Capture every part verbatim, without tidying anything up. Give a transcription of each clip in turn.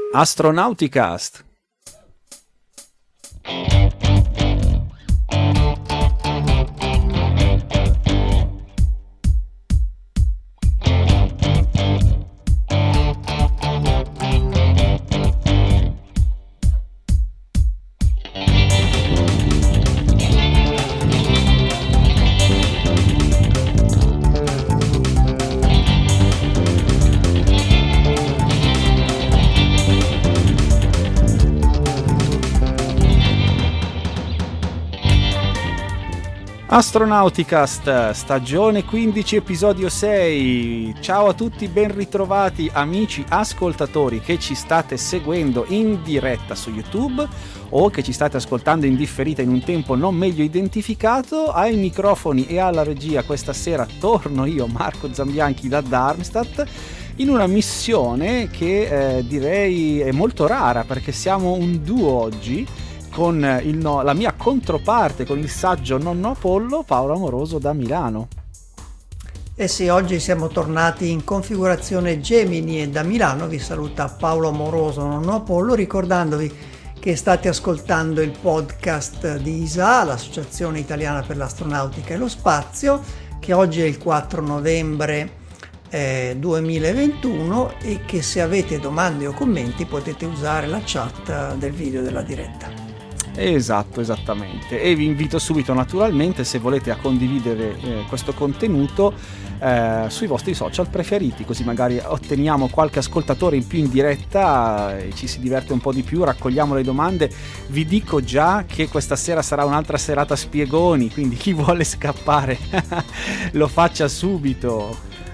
Astronauticast. Astronauticast, stagione quindici, episodio sei. Ciao a tutti, ben ritrovati amici ascoltatori che ci state seguendo in diretta su YouTube o che ci state ascoltando in differita in un tempo non meglio identificato. Ai microfoni e alla regia questa sera torno io, Marco Zambianchi da Darmstadt, in una missione che eh, direi è molto rara perché siamo un duo oggi, con il no, la mia controparte, con il saggio nonno Apollo, Paolo Amoroso da Milano. Eh sì, oggi siamo tornati in configurazione Gemini e da Milano vi saluta Paolo Amoroso, nonno Apollo, ricordandovi che state ascoltando il podcast di I S A, l'Associazione Italiana per l'Astronautica e lo Spazio, che oggi è il quattro novembre eh, duemilaventuno e che se avete domande o commenti potete usare la chat del video della diretta. Esatto, esattamente. E vi invito subito naturalmente, se volete, a condividere eh, questo contenuto eh, sui vostri social preferiti, così magari otteniamo qualche ascoltatore in più in diretta e ci si diverte un po' di più, raccogliamo le domande. Vi dico già che questa sera sarà un'altra serata spiegoni, quindi chi vuole scappare lo faccia subito.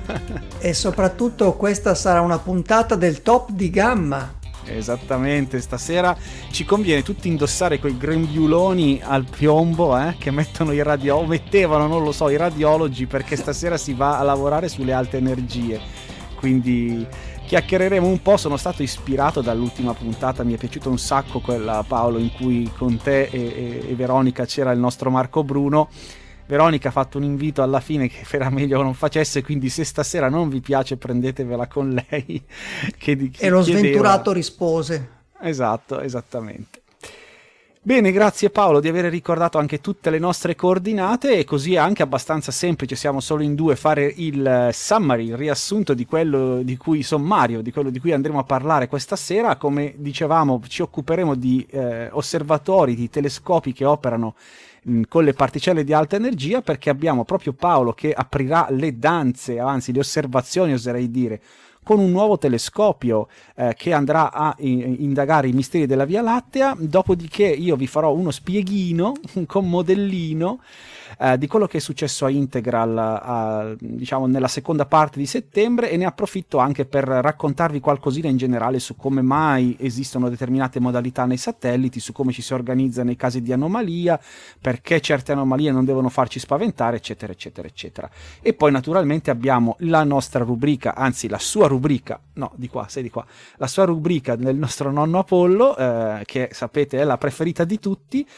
E soprattutto questa sarà una puntata del top di gamma. Esattamente, stasera ci conviene tutti indossare quei grembiuloni al piombo eh, che mettono i radio- mettevano, non lo so, i radiologi, perché stasera si va a lavorare sulle alte energie. Quindi chiacchiereremo un po'. Sono stato ispirato dall'ultima puntata, mi è piaciuta un sacco quella, Paolo, in cui con te e, e, e Veronica c'era il nostro Marco Bruno. Veronica ha fatto un invito alla fine che era meglio non facesse, quindi se stasera non vi piace prendetevela con lei. Che, che e lo chiedeva. Sventurato rispose. Esatto, esattamente. Bene, grazie Paolo di aver ricordato anche tutte le nostre coordinate, e così è anche abbastanza semplice, siamo solo in due, fare il summary, il riassunto di quello di cui, sommario, di quello di cui andremo a parlare questa sera. Come dicevamo, ci occuperemo di eh, osservatori, di telescopi che operano con le particelle di alta energia, perché abbiamo proprio Paolo che aprirà le danze, anzi le osservazioni oserei dire, con un nuovo telescopio eh, che andrà a i- indagare i misteri della Via Lattea. Dopodiché io vi farò uno spieghino con modellino eh, di quello che è successo a Integral a, diciamo nella seconda parte di settembre, e ne approfitto anche per raccontarvi qualcosina in generale su come mai esistono determinate modalità nei satelliti, su come ci si organizza nei casi di anomalia, perché certe anomalie non devono farci spaventare, eccetera eccetera eccetera. E poi naturalmente abbiamo la nostra rubrica, anzi la sua rubrica, no di qua, sei di qua, la sua rubrica del nostro nonno Apollo, eh, che sapete è la preferita di tutti,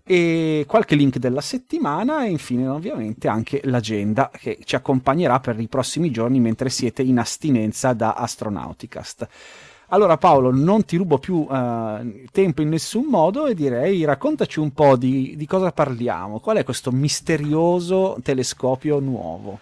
e qualche link della settimana, e infine ovviamente anche l'agenda che ci accompagnerà per i prossimi giorni mentre siete in astinenza da Astronauticast. Allora Paolo, non ti rubo più uh, tempo in nessun modo e direi raccontaci un po' di, di cosa parliamo. Qual è questo misterioso telescopio nuovo?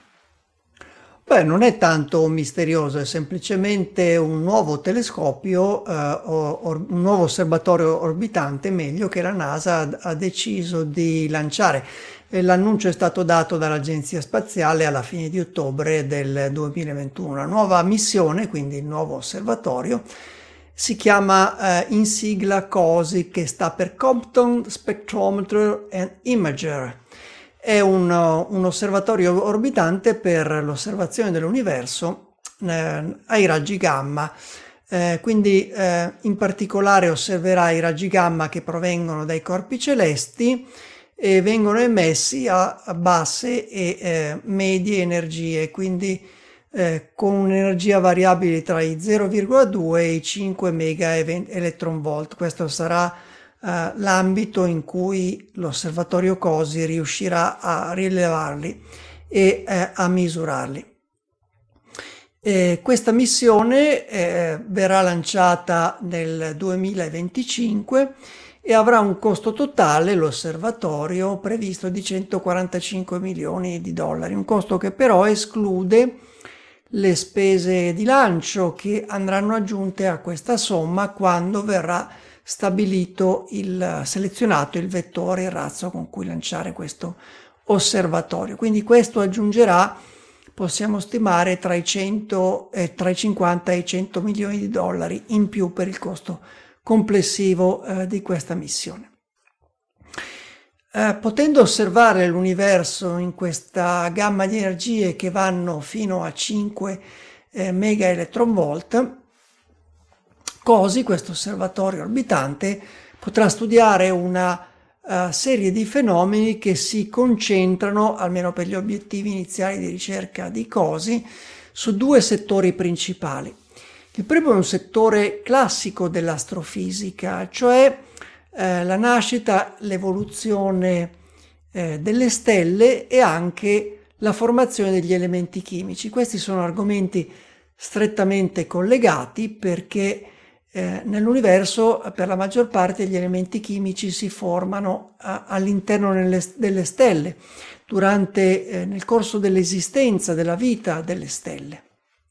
Beh, non è tanto misterioso, è semplicemente un nuovo telescopio, eh, or, un nuovo osservatorio orbitante, meglio, che la NASA ha, ha deciso di lanciare. E l'annuncio è stato dato dall'Agenzia Spaziale alla fine di ottobre del duemilaventuno. Una nuova missione, quindi il nuovo osservatorio, si chiama eh, in sigla COSI, che sta per Compton Spectrometer and Imager. È un, un osservatorio orbitante per l'osservazione dell'universo eh, ai raggi gamma. Eh, quindi eh, in particolare osserverà i raggi gamma che provengono dai corpi celesti e vengono emessi a, a basse e eh, medie energie, quindi eh, con un'energia variabile tra i zero virgola due e i cinque mega electron volt. Questo sarà Uh, l'ambito in cui l'osservatorio COSI riuscirà a rilevarli e uh, a misurarli. E questa missione eh, verrà lanciata nel duemilaventicinque e avrà un costo totale, l'osservatorio, previsto di centoquarantacinque milioni di dollari, un costo che però esclude le spese di lancio che andranno aggiunte a questa somma quando verrà stabilito il selezionato il vettore, il razzo con cui lanciare questo osservatorio. Quindi questo aggiungerà, possiamo stimare, tra i cento, eh, tra i cinquanta e i cento milioni di dollari in più per il costo complessivo eh, di questa missione. Eh, potendo osservare l'universo in questa gamma di energie che vanno fino a cinque eh, mega electronvolt, COSI, questo osservatorio orbitante, potrà studiare una uh, serie di fenomeni che si concentrano, almeno per gli obiettivi iniziali di ricerca di COSI, su due settori principali. Il primo è un settore classico dell'astrofisica, cioè eh, la nascita, l'evoluzione eh, delle stelle e anche la formazione degli elementi chimici. Questi sono argomenti strettamente collegati perché eh, nell'universo per la maggior parte gli elementi chimici si formano a, all'interno nelle, delle stelle, durante, eh, nel corso dell'esistenza, della vita delle stelle.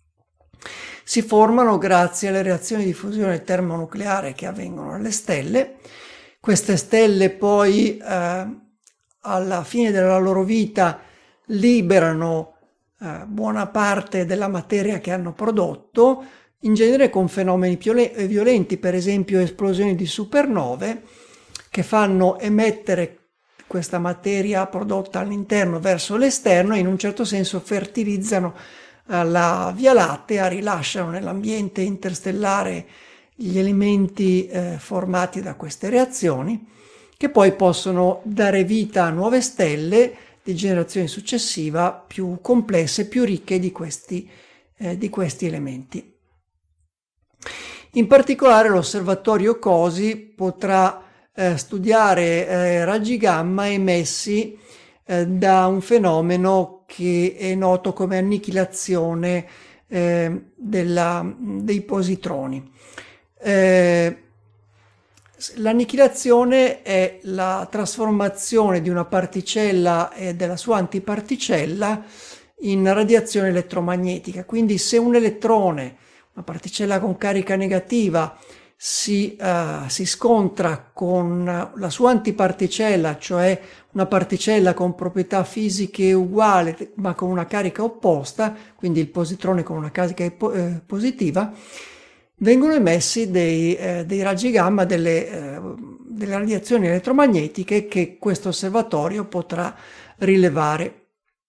Si formano grazie alle reazioni di fusione termonucleare che avvengono nelle stelle. Queste stelle poi eh, alla fine della loro vita liberano eh, buona parte della materia che hanno prodotto, in genere con fenomeni violenti, per esempio esplosioni di supernove che fanno emettere questa materia prodotta all'interno verso l'esterno e in un certo senso fertilizzano la Via Lattea, rilasciano nell'ambiente interstellare gli elementi eh, formati da queste reazioni, che poi possono dare vita a nuove stelle di generazione successiva più complesse, più ricche di questi, eh, di questi elementi. In particolare l'osservatorio COSI potrà eh, studiare eh, raggi gamma emessi eh, da un fenomeno che è noto come annichilazione eh, della, dei positroni. Eh, l'annichilazione è la trasformazione di una particella e della sua antiparticella in radiazione elettromagnetica. Quindi se un elettrone, una particella con carica negativa, si, uh, si scontra con la sua antiparticella, cioè una particella con proprietà fisiche uguali ma con una carica opposta, quindi il positrone con una carica eh, positiva, vengono emessi dei, eh, dei raggi gamma, delle, eh, delle radiazioni elettromagnetiche che questo osservatorio potrà rilevare.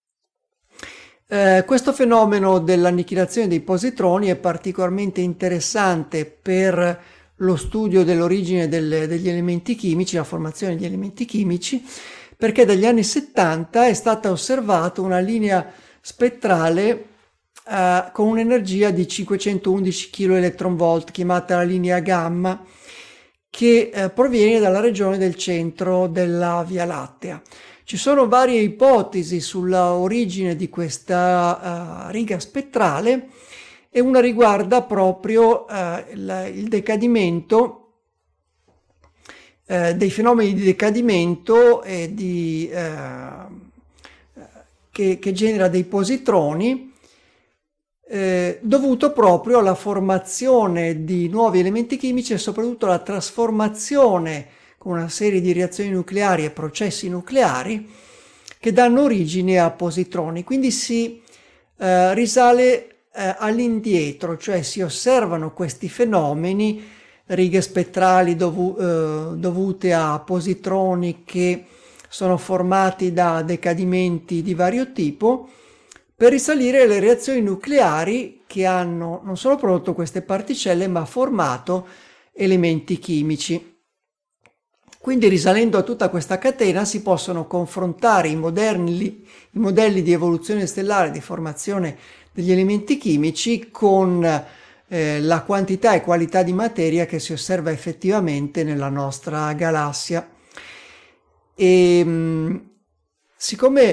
Eh, questo fenomeno dell'annichilazione dei positroni è particolarmente interessante per lo studio dell'origine del, degli elementi chimici, la formazione degli elementi chimici, perché dagli anni settanta è stata osservata una linea spettrale eh, con un'energia di cinquecentoundici chiloeletronvolt, chiamata la linea gamma, che eh, proviene dalla regione del centro della Via Lattea. Ci sono varie ipotesi sulla origine di questa uh, riga spettrale e una riguarda proprio uh, il, il decadimento, uh, dei fenomeni di decadimento e di, uh, che, che genera dei positroni, eh, dovuto proprio alla formazione di nuovi elementi chimici e soprattutto alla trasformazione con una serie di reazioni nucleari e processi nucleari che danno origine a positroni. Quindi si eh, risale eh, all'indietro, cioè si osservano questi fenomeni, righe spettrali dovu- eh, dovute a positroni che sono formati da decadimenti di vario tipo, per risalire alle reazioni nucleari che hanno non solo prodotto queste particelle, ma formato elementi chimici. Quindi, risalendo a tutta questa catena, si possono confrontare i, moderni, i modelli di evoluzione stellare, di formazione degli elementi chimici, con eh, la quantità e qualità di materia che si osserva effettivamente nella nostra galassia. E mh, siccome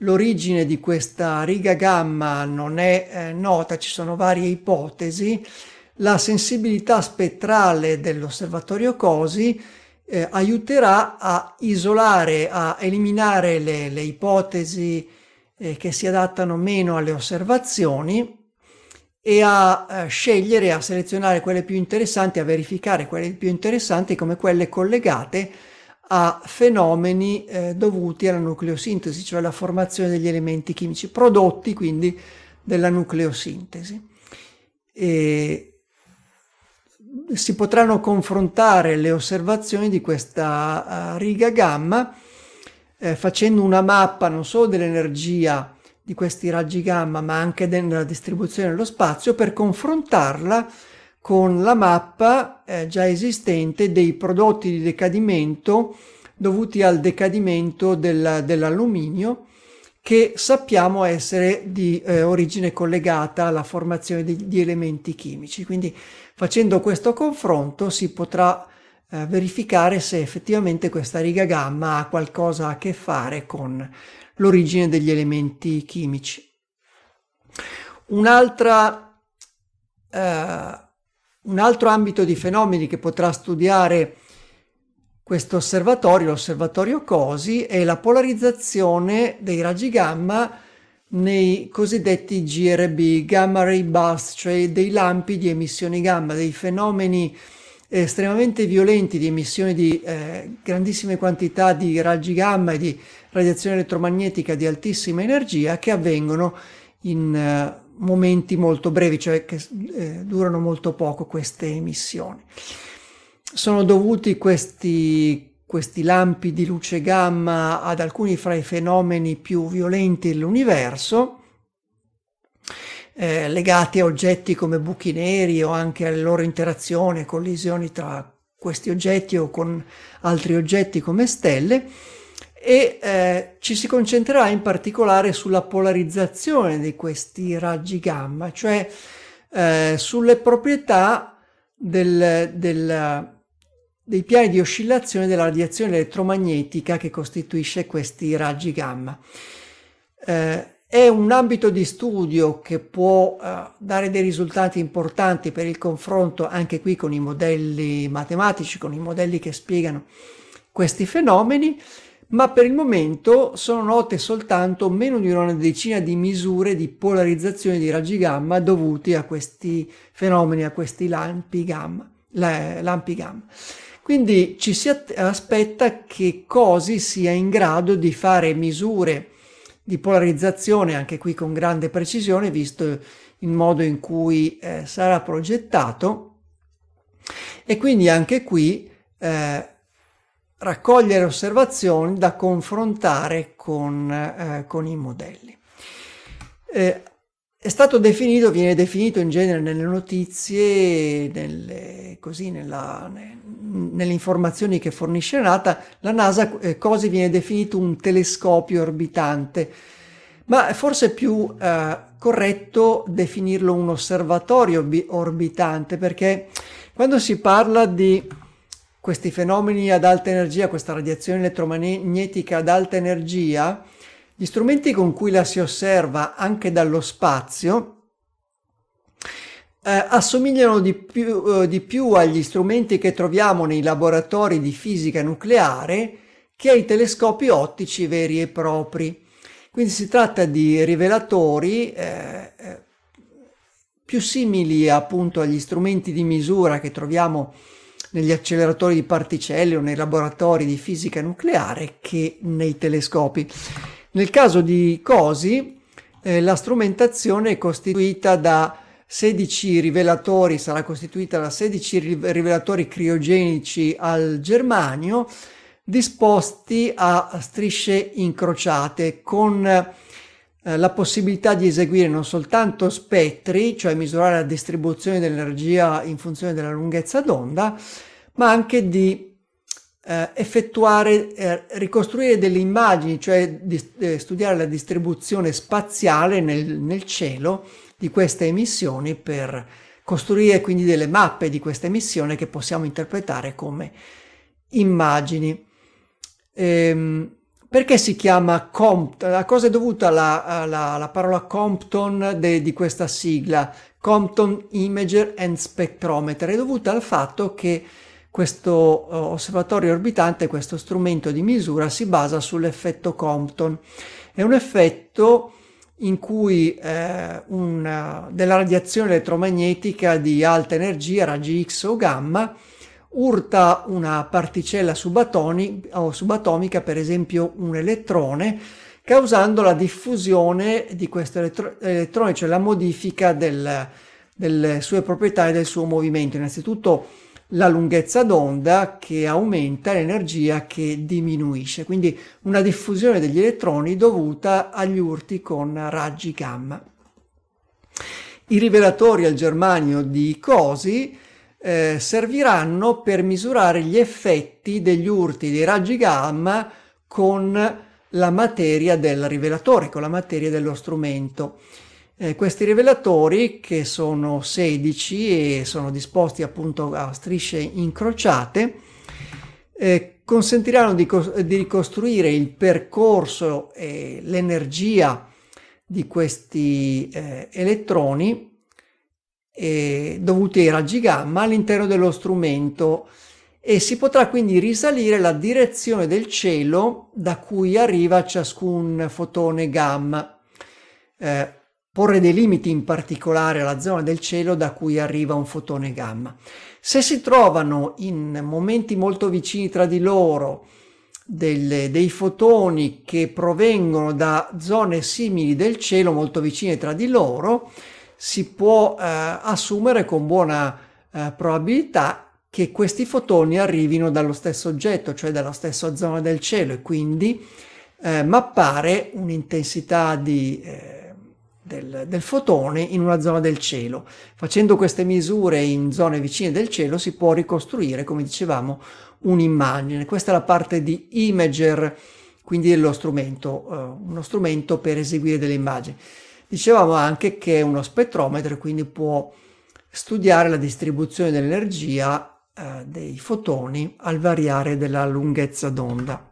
l'origine di questa riga gamma non è eh, nota, ci sono varie ipotesi. La sensibilità spettrale dell'osservatorio COSI eh, aiuterà a isolare, a eliminare le, le ipotesi eh, che si adattano meno alle osservazioni e a eh, scegliere, a selezionare quelle più interessanti, a verificare quelle più interessanti come quelle collegate a fenomeni eh, dovuti alla nucleosintesi, cioè la formazione degli elementi chimici, prodotti quindi della nucleosintesi. E si potranno confrontare le osservazioni di questa uh, riga gamma eh, facendo una mappa non solo dell'energia di questi raggi gamma, ma anche della distribuzione nello spazio, per confrontarla con la mappa eh, già esistente dei prodotti di decadimento dovuti al decadimento del, dell'alluminio, che sappiamo essere di eh, origine collegata alla formazione di, di elementi chimici. Quindi facendo questo confronto si potrà eh, verificare se effettivamente questa riga gamma ha qualcosa a che fare con l'origine degli elementi chimici. Un'altra, eh, un altro ambito di fenomeni che potrà studiare questo osservatorio, l'osservatorio COSI, è la polarizzazione dei raggi gamma nei cosiddetti G R B, gamma ray burst, cioè dei lampi di emissioni gamma, dei fenomeni estremamente violenti di emissione di eh, grandissime quantità di raggi gamma e di radiazione elettromagnetica di altissima energia che avvengono in eh, momenti molto brevi, cioè che eh, durano molto poco queste emissioni. Sono dovuti questi, questi lampi di luce gamma ad alcuni fra i fenomeni più violenti dell'universo, eh, legati a oggetti come buchi neri o anche alle loro interazioni e collisioni tra questi oggetti o con altri oggetti come stelle, e eh, ci si concentrerà in particolare sulla polarizzazione di questi raggi gamma, cioè eh, sulle proprietà del, del dei piani di oscillazione della radiazione elettromagnetica che costituisce questi raggi gamma. Eh, è un ambito di studio che può eh, dare dei risultati importanti per il confronto anche qui con i modelli matematici, con i modelli che spiegano questi fenomeni, ma per il momento sono note soltanto meno di una decina di misure di polarizzazione di raggi gamma dovuti a questi fenomeni, a questi lampi gamma. Lampi gamma. Quindi ci si aspetta che COSI sia in grado di fare misure di polarizzazione, anche qui con grande precisione, visto il modo in cui eh, sarà progettato, e quindi anche qui eh, raccogliere osservazioni da confrontare con, eh, con i modelli. Eh, È stato definito, viene definito in genere nelle notizie, nelle, così, nella, ne, nelle informazioni che fornisce la NASA, la NASA eh, COSI viene definito un telescopio orbitante, ma è forse più eh, corretto definirlo un osservatorio orbitante, perché quando si parla di questi fenomeni ad alta energia, questa radiazione elettromagnetica ad alta energia, gli strumenti con cui la si osserva anche dallo spazio eh, assomigliano di più, eh, di più agli strumenti che troviamo nei laboratori di fisica nucleare che ai telescopi ottici veri e propri. Quindi si tratta di rivelatori eh, eh, più simili appunto agli strumenti di misura che troviamo negli acceleratori di particelle o nei laboratori di fisica nucleare che nei telescopi. Nel caso di COSI eh, la strumentazione è costituita da sedici rivelatori, sarà costituita da sedici rivelatori criogenici al germanio disposti a strisce incrociate con eh, la possibilità di eseguire non soltanto spettri, cioè misurare la distribuzione dell'energia in funzione della lunghezza d'onda, ma anche di Eh, effettuare, eh, ricostruire delle immagini, cioè di, eh, studiare la distribuzione spaziale nel, nel cielo di queste emissioni per costruire quindi delle mappe di questa emissione che possiamo interpretare come immagini. Ehm, perché si chiama Compton? A cosa è dovuta la, la, la parola Compton de, di questa sigla? Compton Imager and Spectrometer. È dovuta al fatto che questo uh, osservatorio orbitante, questo strumento di misura, si basa sull'effetto Compton. È un effetto in cui eh, una, della radiazione elettromagnetica di alta energia, raggi X o gamma, urta una particella subatomica, o subatomica, per esempio un elettrone, causando la diffusione di questo elettro- elettrone, cioè la modifica del, delle sue proprietà e del suo movimento. Innanzitutto la lunghezza d'onda che aumenta, l'energia che diminuisce, quindi una diffusione degli elettroni dovuta agli urti con raggi gamma. I rivelatori al germanio di Cosi Eh, serviranno per misurare gli effetti degli urti dei raggi gamma con la materia del rivelatore, con la materia dello strumento. Eh, questi rivelatori, che sono sedici e sono disposti appunto a strisce incrociate, eh, consentiranno di, di ricostruire il percorso e l'energia di questi eh, elettroni Eh, dovuti ai raggi gamma all'interno dello strumento, e si potrà quindi risalire la direzione del cielo da cui arriva ciascun fotone gamma, eh, porre dei limiti in particolare alla zona del cielo da cui arriva un fotone gamma. Se si trovano in momenti molto vicini tra di loro delle, dei fotoni che provengono da zone simili del cielo, molto vicine tra di loro, si può eh, assumere con buona eh, probabilità che questi fotoni arrivino dallo stesso oggetto, cioè dalla stessa zona del cielo, e quindi eh, mappare un'intensità di, eh, del, del fotone in una zona del cielo. Facendo queste misure in zone vicine del cielo si può ricostruire, come dicevamo, un'immagine. Questa è la parte di imager, quindi dello strumento, eh, uno strumento per eseguire delle immagini. Dicevamo anche che è uno spettrometro, quindi può studiare la distribuzione dell'energia eh, dei fotoni al variare della lunghezza d'onda.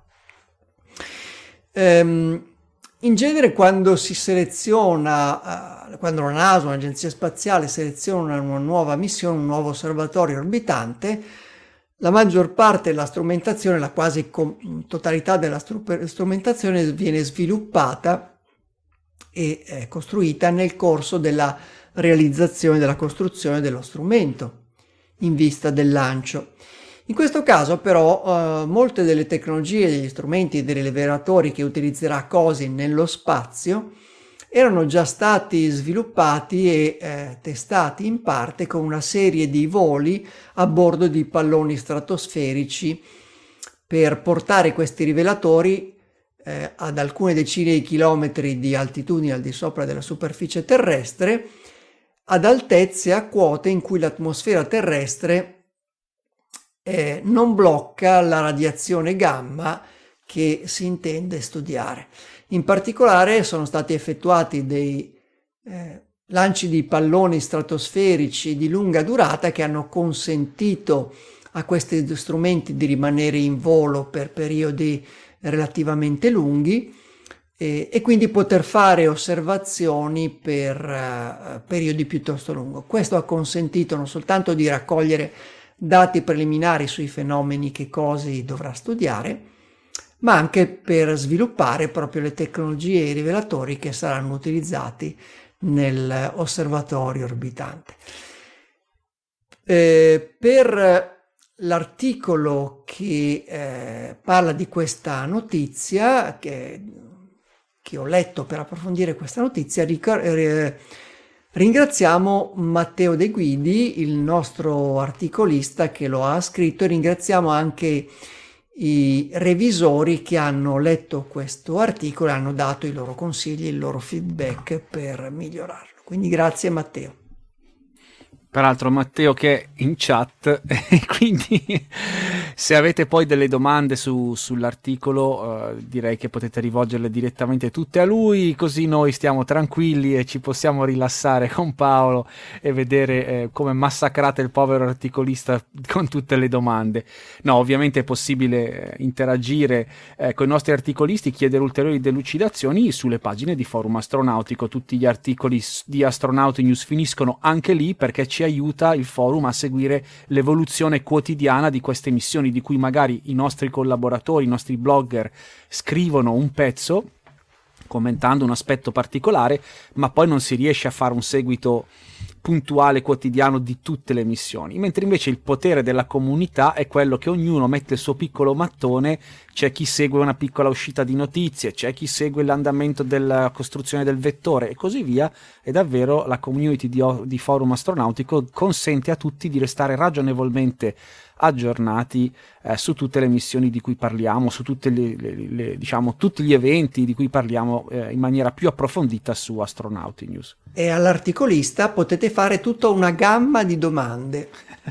Ehm, in genere quando si seleziona, eh, quando la NASA, un'agenzia spaziale, seleziona una nuova missione, un nuovo osservatorio orbitante, la maggior parte della strumentazione, la quasi com- totalità della stru- strumentazione viene sviluppata e eh, costruita nel corso della realizzazione della costruzione dello strumento in vista del lancio. In questo caso però eh, molte delle tecnologie, degli strumenti e dei rivelatori che utilizzerà Cosi nello spazio erano già stati sviluppati e eh, testati in parte con una serie di voli a bordo di palloni stratosferici per portare questi rivelatori Eh, ad alcune decine di chilometri di altitudine al di sopra della superficie terrestre, ad altezze a quote in cui l'atmosfera terrestre eh, non blocca la radiazione gamma che si intende studiare. In particolare sono stati effettuati dei eh, lanci di palloni stratosferici di lunga durata che hanno consentito a questi strumenti di rimanere in volo per periodi relativamente lunghi e, e quindi poter fare osservazioni per uh, periodi piuttosto lunghi. Questo ha consentito non soltanto di raccogliere dati preliminari sui fenomeni che Cosi dovrà studiare, ma anche per sviluppare proprio le tecnologie e i rivelatori che saranno utilizzati nell'osservatorio orbitante. Eh, per l'articolo che eh, parla di questa notizia, che, che ho letto per approfondire questa notizia, ricor- eh, ringraziamo Matteo De Guidi, il nostro articolista che lo ha scritto, e ringraziamo anche i revisori che hanno letto questo articolo e hanno dato i loro consigli, il loro feedback per migliorarlo. Quindi grazie Matteo. Peraltro Matteo che è in chat e quindi Se avete poi delle domande su, sull'articolo, eh, direi che potete rivolgerle direttamente tutte a lui, così noi stiamo tranquilli e ci possiamo rilassare con Paolo e vedere eh, come massacrate il povero articolista con tutte le domande. No, ovviamente è possibile eh, interagire eh, con i nostri articolisti, chiedere ulteriori delucidazioni sulle pagine di Forum Astronautico. Tutti gli articoli di Astronauti News finiscono anche lì, perché ci aiuta il forum a seguire l'evoluzione quotidiana di queste missioni, di cui magari i nostri collaboratori, i nostri blogger scrivono un pezzo commentando un aspetto particolare, ma poi non si riesce a fare un seguito puntuale quotidiano di tutte le missioni, mentre invece il potere della comunità è quello che ognuno mette il suo piccolo mattone. C'è chi segue una piccola uscita di notizie, c'è chi segue l'andamento della costruzione del vettore e così via, e davvero la community di, di Forum Astronautico consente a tutti di restare ragionevolmente aggiornati eh, su tutte le missioni di cui parliamo, su tutte le, le, le, diciamo, tutti gli eventi di cui parliamo eh, in maniera più approfondita su Astronauti News. E all'articolista potete fare tutta una gamma di domande.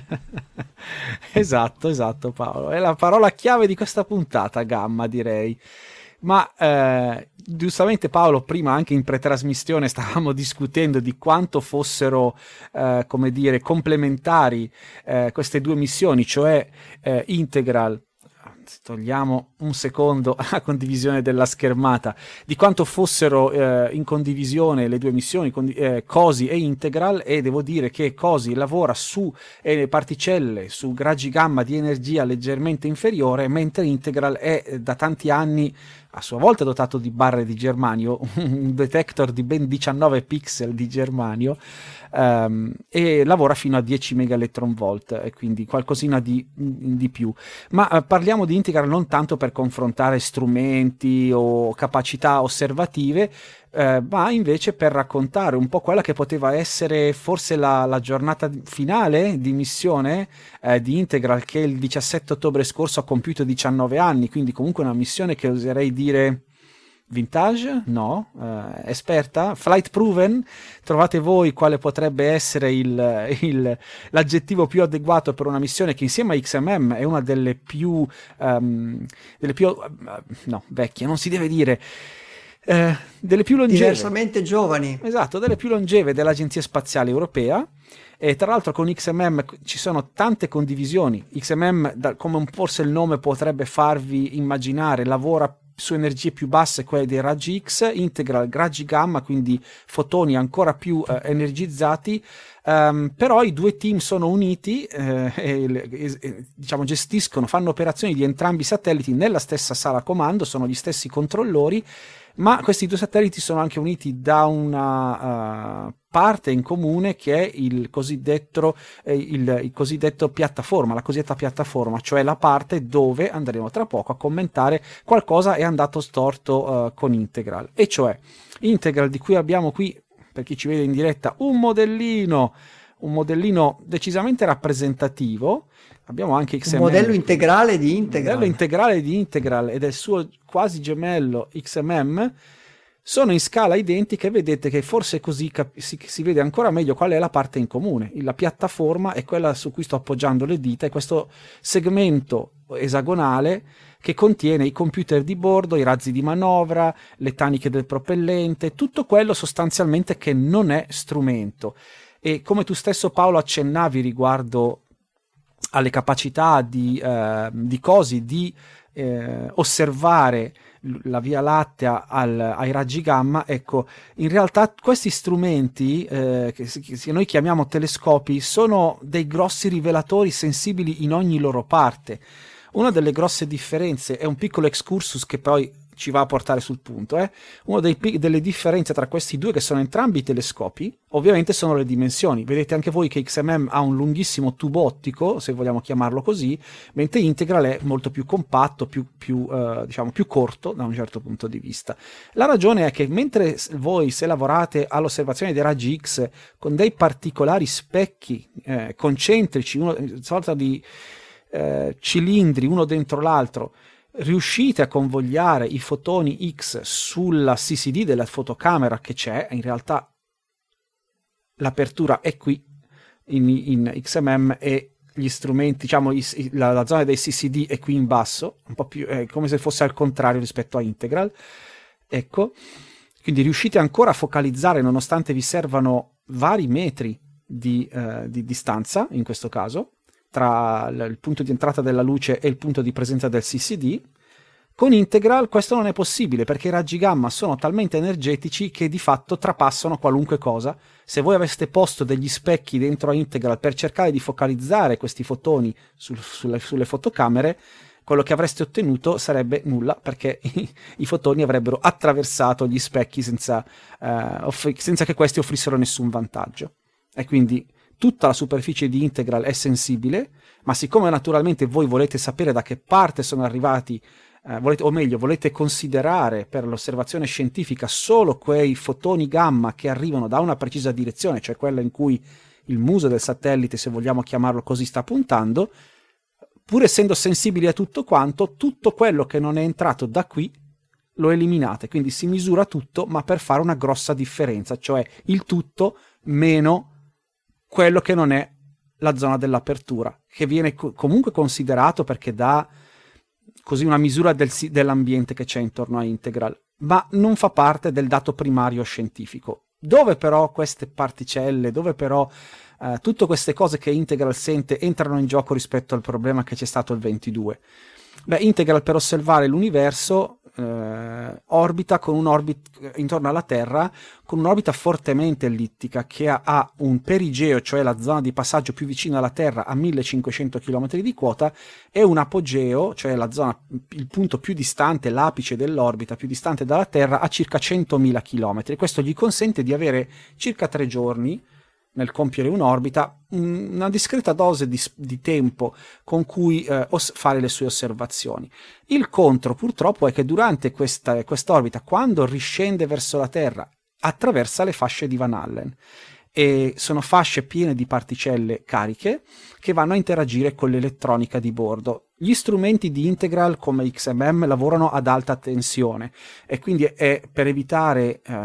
Esatto, esatto Paolo, è la parola chiave di questa puntata, gamma, direi. Ma eh, giustamente Paolo, prima anche in pretrasmissione stavamo discutendo di quanto fossero eh, come dire complementari eh, queste due missioni, cioè eh, Integral. Togliamo un secondo la condivisione della schermata, di quanto fossero eh, in condivisione le due missioni, condi- eh, COSI e Integral, e devo dire che COSI lavora su eh, particelle, su raggi gamma di energia leggermente inferiore, mentre Integral è eh, da tanti anni a sua volta dotato di barre di germanio, un detector di ben diciannove pixel di germanio, um, e lavora fino a dieci mega electron volt, e quindi qualcosina di, di più. Ma uh, parliamo di Integral non tanto per confrontare strumenti o capacità osservative, eh, ma invece per raccontare un po' quella che poteva essere forse la, la giornata finale di missione eh, di Integral, che il diciassette ottobre scorso ha compiuto diciannove anni, quindi comunque una missione che oserei dire vintage, no, eh, esperta, flight proven. Trovate voi quale potrebbe essere il, il, l'aggettivo più adeguato per una missione che insieme a X M M è una delle più um, delle più uh, no, vecchie, non si deve dire, Eh, delle più longeve, diversamente giovani, esatto, delle più longeve dell'Agenzia Spaziale Europea. E tra l'altro con X M M ci sono tante condivisioni. X M M, da, come forse il nome potrebbe farvi immaginare, lavora su energie più basse, quelle dei raggi X, Integral raggi gamma, quindi fotoni ancora più eh, energizzati. Um, però i due team sono uniti eh, e, e, e diciamo gestiscono, fanno operazioni di entrambi i satelliti nella stessa sala comando, sono gli stessi controllori, ma questi due satelliti sono anche uniti da una uh, parte in comune, che è il cosiddetto, eh, il, il cosiddetto piattaforma, la cosiddetta piattaforma, cioè la parte dove andremo tra poco a commentare qualcosa è andato storto uh, con Integral, e cioè Integral, di cui abbiamo qui, per chi ci vede in diretta, un modellino, un modellino decisamente rappresentativo. Abbiamo anche X M M, un modello integrale di Integral, modello integrale di Integral e del suo quasi gemello X M M. Sono in scala identiche, vedete che forse così cap- si, si vede ancora meglio qual è la parte in comune. La piattaforma è quella su cui sto appoggiando le dita, è questo segmento esagonale che contiene i computer di bordo, i razzi di manovra, le taniche del propellente, tutto quello sostanzialmente che non è strumento. E come tu stesso Paolo accennavi riguardo alle capacità di, eh, di COSI di eh, osservare la Via Lattea al, ai raggi gamma, ecco, in realtà questi strumenti eh, che, che noi chiamiamo telescopi sono dei grossi rivelatori sensibili in ogni loro parte. Una delle grosse differenze è un piccolo excursus che poi ci va a portare sul punto. Eh? Una dei, delle differenze tra questi due, che sono entrambi telescopi, ovviamente sono le dimensioni. Vedete anche voi che X M M ha un lunghissimo tubo ottico, se vogliamo chiamarlo così, mentre Integral è molto più compatto, più, più, eh, diciamo, più corto da un certo punto di vista. La ragione è che mentre voi, se lavorate all'osservazione dei raggi X con dei particolari specchi eh, concentrici, una sorta di eh, cilindri uno dentro l'altro, riuscite a convogliare i fotoni X sulla C C D della fotocamera che c'è, in realtà l'apertura è qui in, in X M M e gli strumenti, diciamo i, la, la zona dei C C D è qui in basso, un po' più è come se fosse al contrario rispetto a Integral, ecco, quindi riuscite ancora a focalizzare nonostante vi servano vari metri di, eh, di distanza, in questo caso, tra l- il punto di entrata della luce e il punto di presenza del C C D. Con Integral questo non è possibile perché i raggi gamma sono talmente energetici che di fatto trapassano qualunque cosa. Se voi aveste posto degli specchi dentro a Integral per cercare di focalizzare questi fotoni sul, sulle, sulle fotocamere, quello che avreste ottenuto sarebbe nulla, perché i, i fotoni avrebbero attraversato gli specchi senza, eh, off- senza che questi offrissero nessun vantaggio. E quindi tutta la superficie di Integral è sensibile, ma siccome naturalmente voi volete sapere da che parte sono arrivati, eh, volete, o meglio, volete considerare per l'osservazione scientifica solo quei fotoni gamma che arrivano da una precisa direzione, cioè quella in cui il muso del satellite, se vogliamo chiamarlo così, sta puntando, pur essendo sensibili a tutto quanto, tutto quello che non è entrato da qui lo eliminate, quindi si misura tutto, ma per fare una grossa differenza, cioè il tutto meno quello che non è la zona dell'apertura, che viene co- comunque considerato perché dà così una misura del, dell'ambiente che c'è intorno a Integral, ma non fa parte del dato primario scientifico. Dove però queste particelle, dove però eh, tutte queste cose che Integral sente entrano in gioco rispetto al problema che c'è stato il ventidue? Beh, Integral per osservare l'universo eh, orbita con un'orbita intorno alla Terra con un'orbita fortemente ellittica che ha, ha un perigeo, cioè la zona di passaggio più vicina alla Terra, a millecinquecento chilometri di quota, e un apogeo, cioè la zona, il punto più distante, l'apice dell'orbita più distante dalla Terra, a circa centomila chilometri. Questo gli consente di avere circa tre giorni nel compiere un'orbita, una discreta dose di, di tempo con cui eh, os- fare le sue osservazioni. Il contro purtroppo è che durante questa quest'orbita, quando riscende verso la Terra, attraversa le fasce di Van Allen, e sono fasce piene di particelle cariche che vanno a interagire con l'elettronica di bordo. Gli strumenti di Integral come X M M lavorano ad alta tensione e quindi è per evitare eh,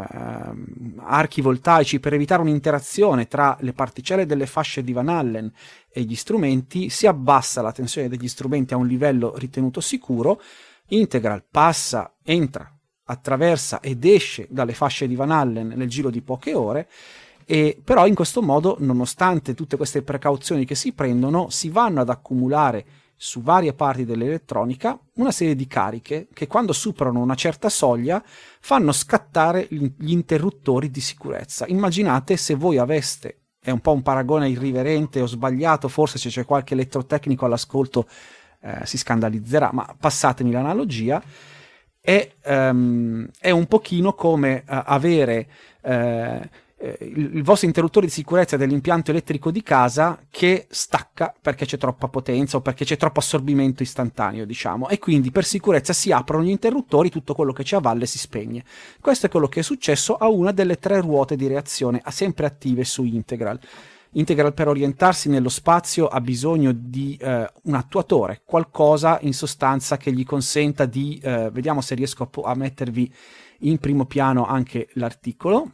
archi voltaici, per evitare un'interazione tra le particelle delle fasce di Van Allen e gli strumenti, si abbassa la tensione degli strumenti a un livello ritenuto sicuro. Integral passa, entra, attraversa ed esce dalle fasce di Van Allen nel giro di poche ore. E però in questo modo, nonostante tutte queste precauzioni che si prendono, si vanno ad accumulare su varie parti dell'elettronica una serie di cariche che, quando superano una certa soglia, fanno scattare gli interruttori di sicurezza. Immaginate se voi aveste, è un po' un paragone irriverente o sbagliato, forse se c'è qualche elettrotecnico all'ascolto eh, si scandalizzerà, ma passatemi l'analogia, è, um, è un pochino come uh, avere uh, il vostro interruttore di sicurezza dell'impianto elettrico di casa che stacca perché c'è troppa potenza o perché c'è troppo assorbimento istantaneo, diciamo, e quindi per sicurezza si aprono gli interruttori, tutto quello che c'è a valle si spegne. Questo è quello che è successo a una delle tre ruote di reazione sempre attive su Integral. Integral, per orientarsi nello spazio, ha bisogno di eh, un attuatore, qualcosa in sostanza che gli consenta di eh, vediamo se riesco a, a mettervi in primo piano anche l'articolo.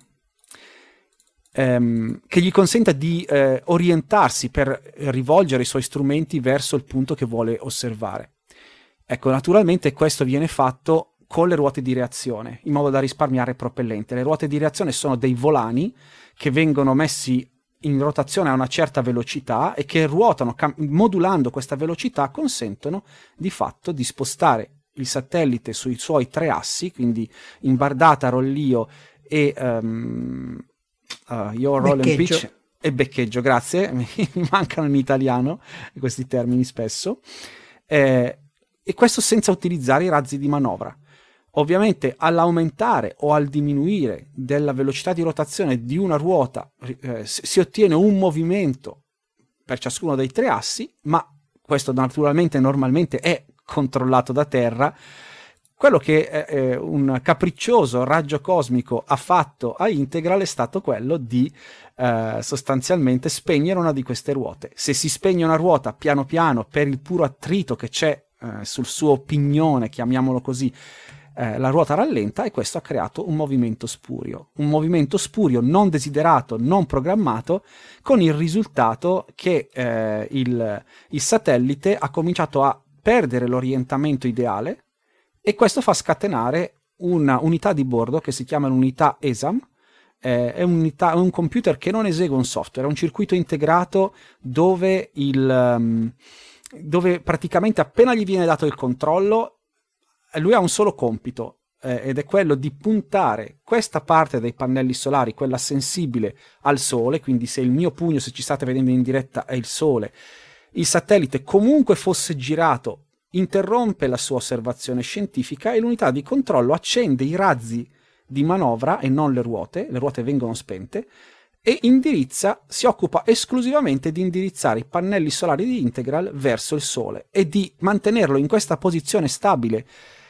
Ehm, che gli consenta di eh, orientarsi per rivolgere i suoi strumenti verso il punto che vuole osservare. Ecco, naturalmente questo viene fatto con le ruote di reazione, in modo da risparmiare propellente. Le ruote di reazione sono dei volani che vengono messi in rotazione a una certa velocità e che ruotano, cam- modulando questa velocità, consentono di fatto di spostare il satellite sui suoi tre assi, quindi in bardata, rollio e um, Uh, io roll and pitch e beccheggio, grazie, mi mancano in italiano questi termini spesso, eh, e questo senza utilizzare i razzi di manovra. Ovviamente all'aumentare o al diminuire della velocità di rotazione di una ruota eh, si ottiene un movimento per ciascuno dei tre assi, ma questo naturalmente normalmente è controllato da terra. Quello che eh, un capriccioso raggio cosmico ha fatto a Integral è stato quello di eh, sostanzialmente spegnere una di queste ruote. Se si spegne una ruota piano piano per il puro attrito che c'è eh, sul suo pignone, chiamiamolo così, eh, la ruota rallenta e questo ha creato un movimento spurio, un movimento spurio non desiderato, non programmato, con il risultato che eh, il, il satellite ha cominciato a perdere l'orientamento ideale e questo fa scatenare una unità di bordo che si chiama l'unità E S A M. Eh, è, unità, è un computer che non esegue un software, è un circuito integrato dove, il, um, dove praticamente appena gli viene dato il controllo, lui ha un solo compito eh, ed è quello di puntare questa parte dei pannelli solari, quella sensibile al sole, quindi se il mio pugno, se ci state vedendo in diretta, è il sole, il satellite comunque fosse girato interrompe la sua osservazione scientifica e l'unità di controllo accende i razzi di manovra e non le ruote, le ruote vengono spente, e indirizza, si occupa esclusivamente di indirizzare i pannelli solari di Integral verso il Sole e di mantenerlo in questa posizione stabile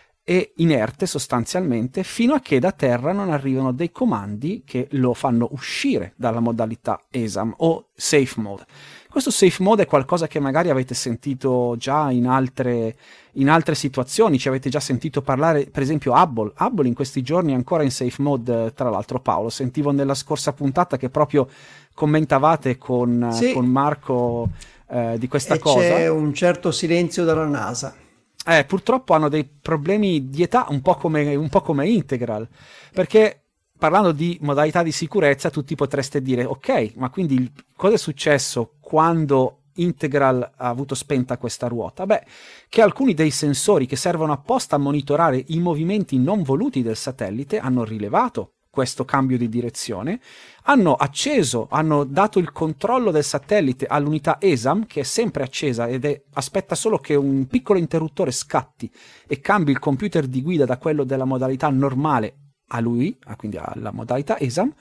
e inerte sostanzialmente fino a che da terra non arrivano dei comandi che lo fanno uscire dalla modalità E S A M o Safe Mode. Questo safe mode è qualcosa che magari avete sentito già in altre, in altre situazioni, ci avete già sentito parlare, per esempio Hubble. Hubble in questi giorni è ancora in safe mode, tra l'altro Paolo, sentivo nella scorsa puntata che proprio commentavate con, sì. con Marco eh, di questa e cosa. C'è un certo silenzio dalla NASA. Eh, purtroppo hanno dei problemi di età un po' come, un po' come Integral, perché parlando di modalità di sicurezza, tutti potreste dire, ok, ma quindi il, cosa è successo quando Integral ha avuto spenta questa ruota? Beh, che alcuni dei sensori che servono apposta a monitorare i movimenti non voluti del satellite hanno rilevato questo cambio di direzione, hanno acceso, hanno dato il controllo del satellite all'unità E S A M, che è sempre accesa ed è, aspetta solo che un piccolo interruttore scatti e cambi il computer di guida da quello della modalità normale a lui, quindi alla modalità E S A M,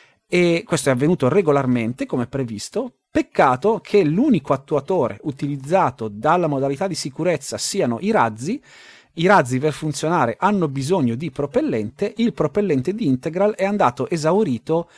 e questo è avvenuto regolarmente come previsto. Peccato che l'unico attuatore utilizzato dalla modalità di sicurezza siano i razzi. I razzi per funzionare hanno bisogno di propellente, il propellente di Integral è andato esaurito,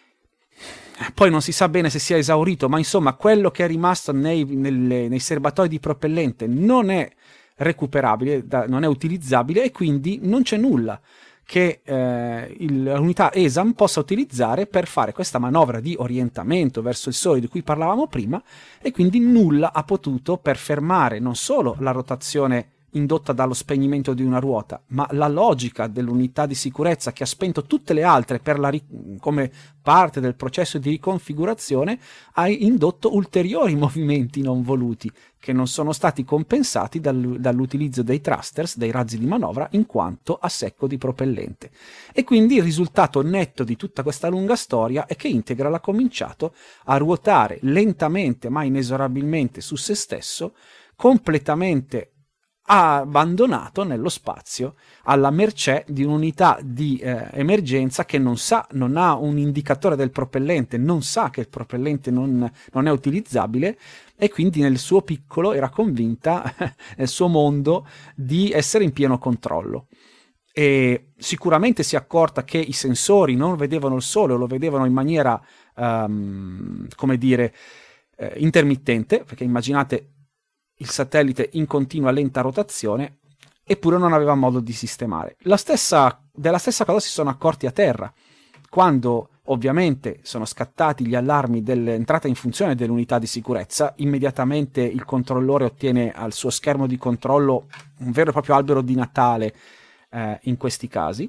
poi non si sa bene se sia esaurito, ma insomma quello che è rimasto nei, nelle, nei serbatoi di propellente non è recuperabile, non è utilizzabile e quindi non c'è nulla che eh, il, l'unità E S A M possa utilizzare per fare questa manovra di orientamento verso il Sole di cui parlavamo prima, e quindi nulla ha potuto per fermare non solo la rotazione indotta dallo spegnimento di una ruota, ma la logica dell'unità di sicurezza che ha spento tutte le altre per la ri- come parte del processo di riconfigurazione ha indotto ulteriori movimenti non voluti che non sono stati compensati dal, dall'utilizzo dei thrusters, dei razzi di manovra, in quanto a secco di propellente. E quindi il risultato netto di tutta questa lunga storia è che Integral ha cominciato a ruotare lentamente ma inesorabilmente su se stesso, completamente ha abbandonato nello spazio alla mercé di un'unità di eh, emergenza che non sa, non ha un indicatore del propellente, non sa che il propellente non, non è utilizzabile e quindi nel suo piccolo era convinta, nel suo mondo, di essere in pieno controllo. E sicuramente si è accorta che i sensori non vedevano il Sole o lo vedevano in maniera, um, come dire, eh, intermittente, perché immaginate il satellite in continua lenta rotazione, eppure non aveva modo di sistemare. La stessa, della stessa cosa si sono accorti a terra, quando ovviamente sono scattati gli allarmi dell'entrata in funzione dell'unità di sicurezza. Immediatamente il controllore ottiene al suo schermo di controllo un vero e proprio albero di Natale eh, in questi casi,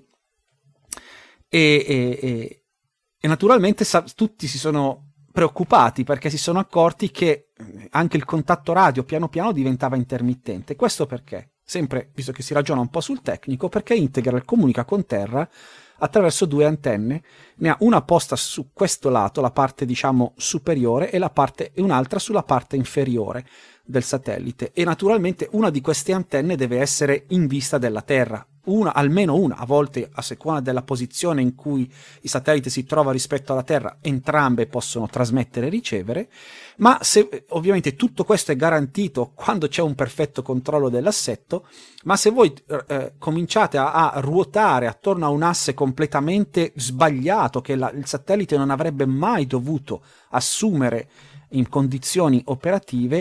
e, e, e, e naturalmente sa- tutti si sono preoccupati perché si sono accorti che anche il contatto radio piano piano diventava intermittente. Questo perché? Sempre, visto che si ragiona un po' sul tecnico, perché Integral comunica con terra attraverso due antenne, ne ha una posta su questo lato, la parte diciamo superiore, e, la parte, e un'altra sulla parte inferiore del satellite, e naturalmente una di queste antenne deve essere in vista della Terra, una, almeno una, a volte a seconda della posizione in cui il satellite si trova rispetto alla Terra, entrambe possono trasmettere e ricevere, ma se ovviamente tutto questo è garantito quando c'è un perfetto controllo dell'assetto, ma se voi eh, cominciate a, a ruotare attorno a un asse completamente sbagliato che la, il satellite non avrebbe mai dovuto assumere in condizioni operative,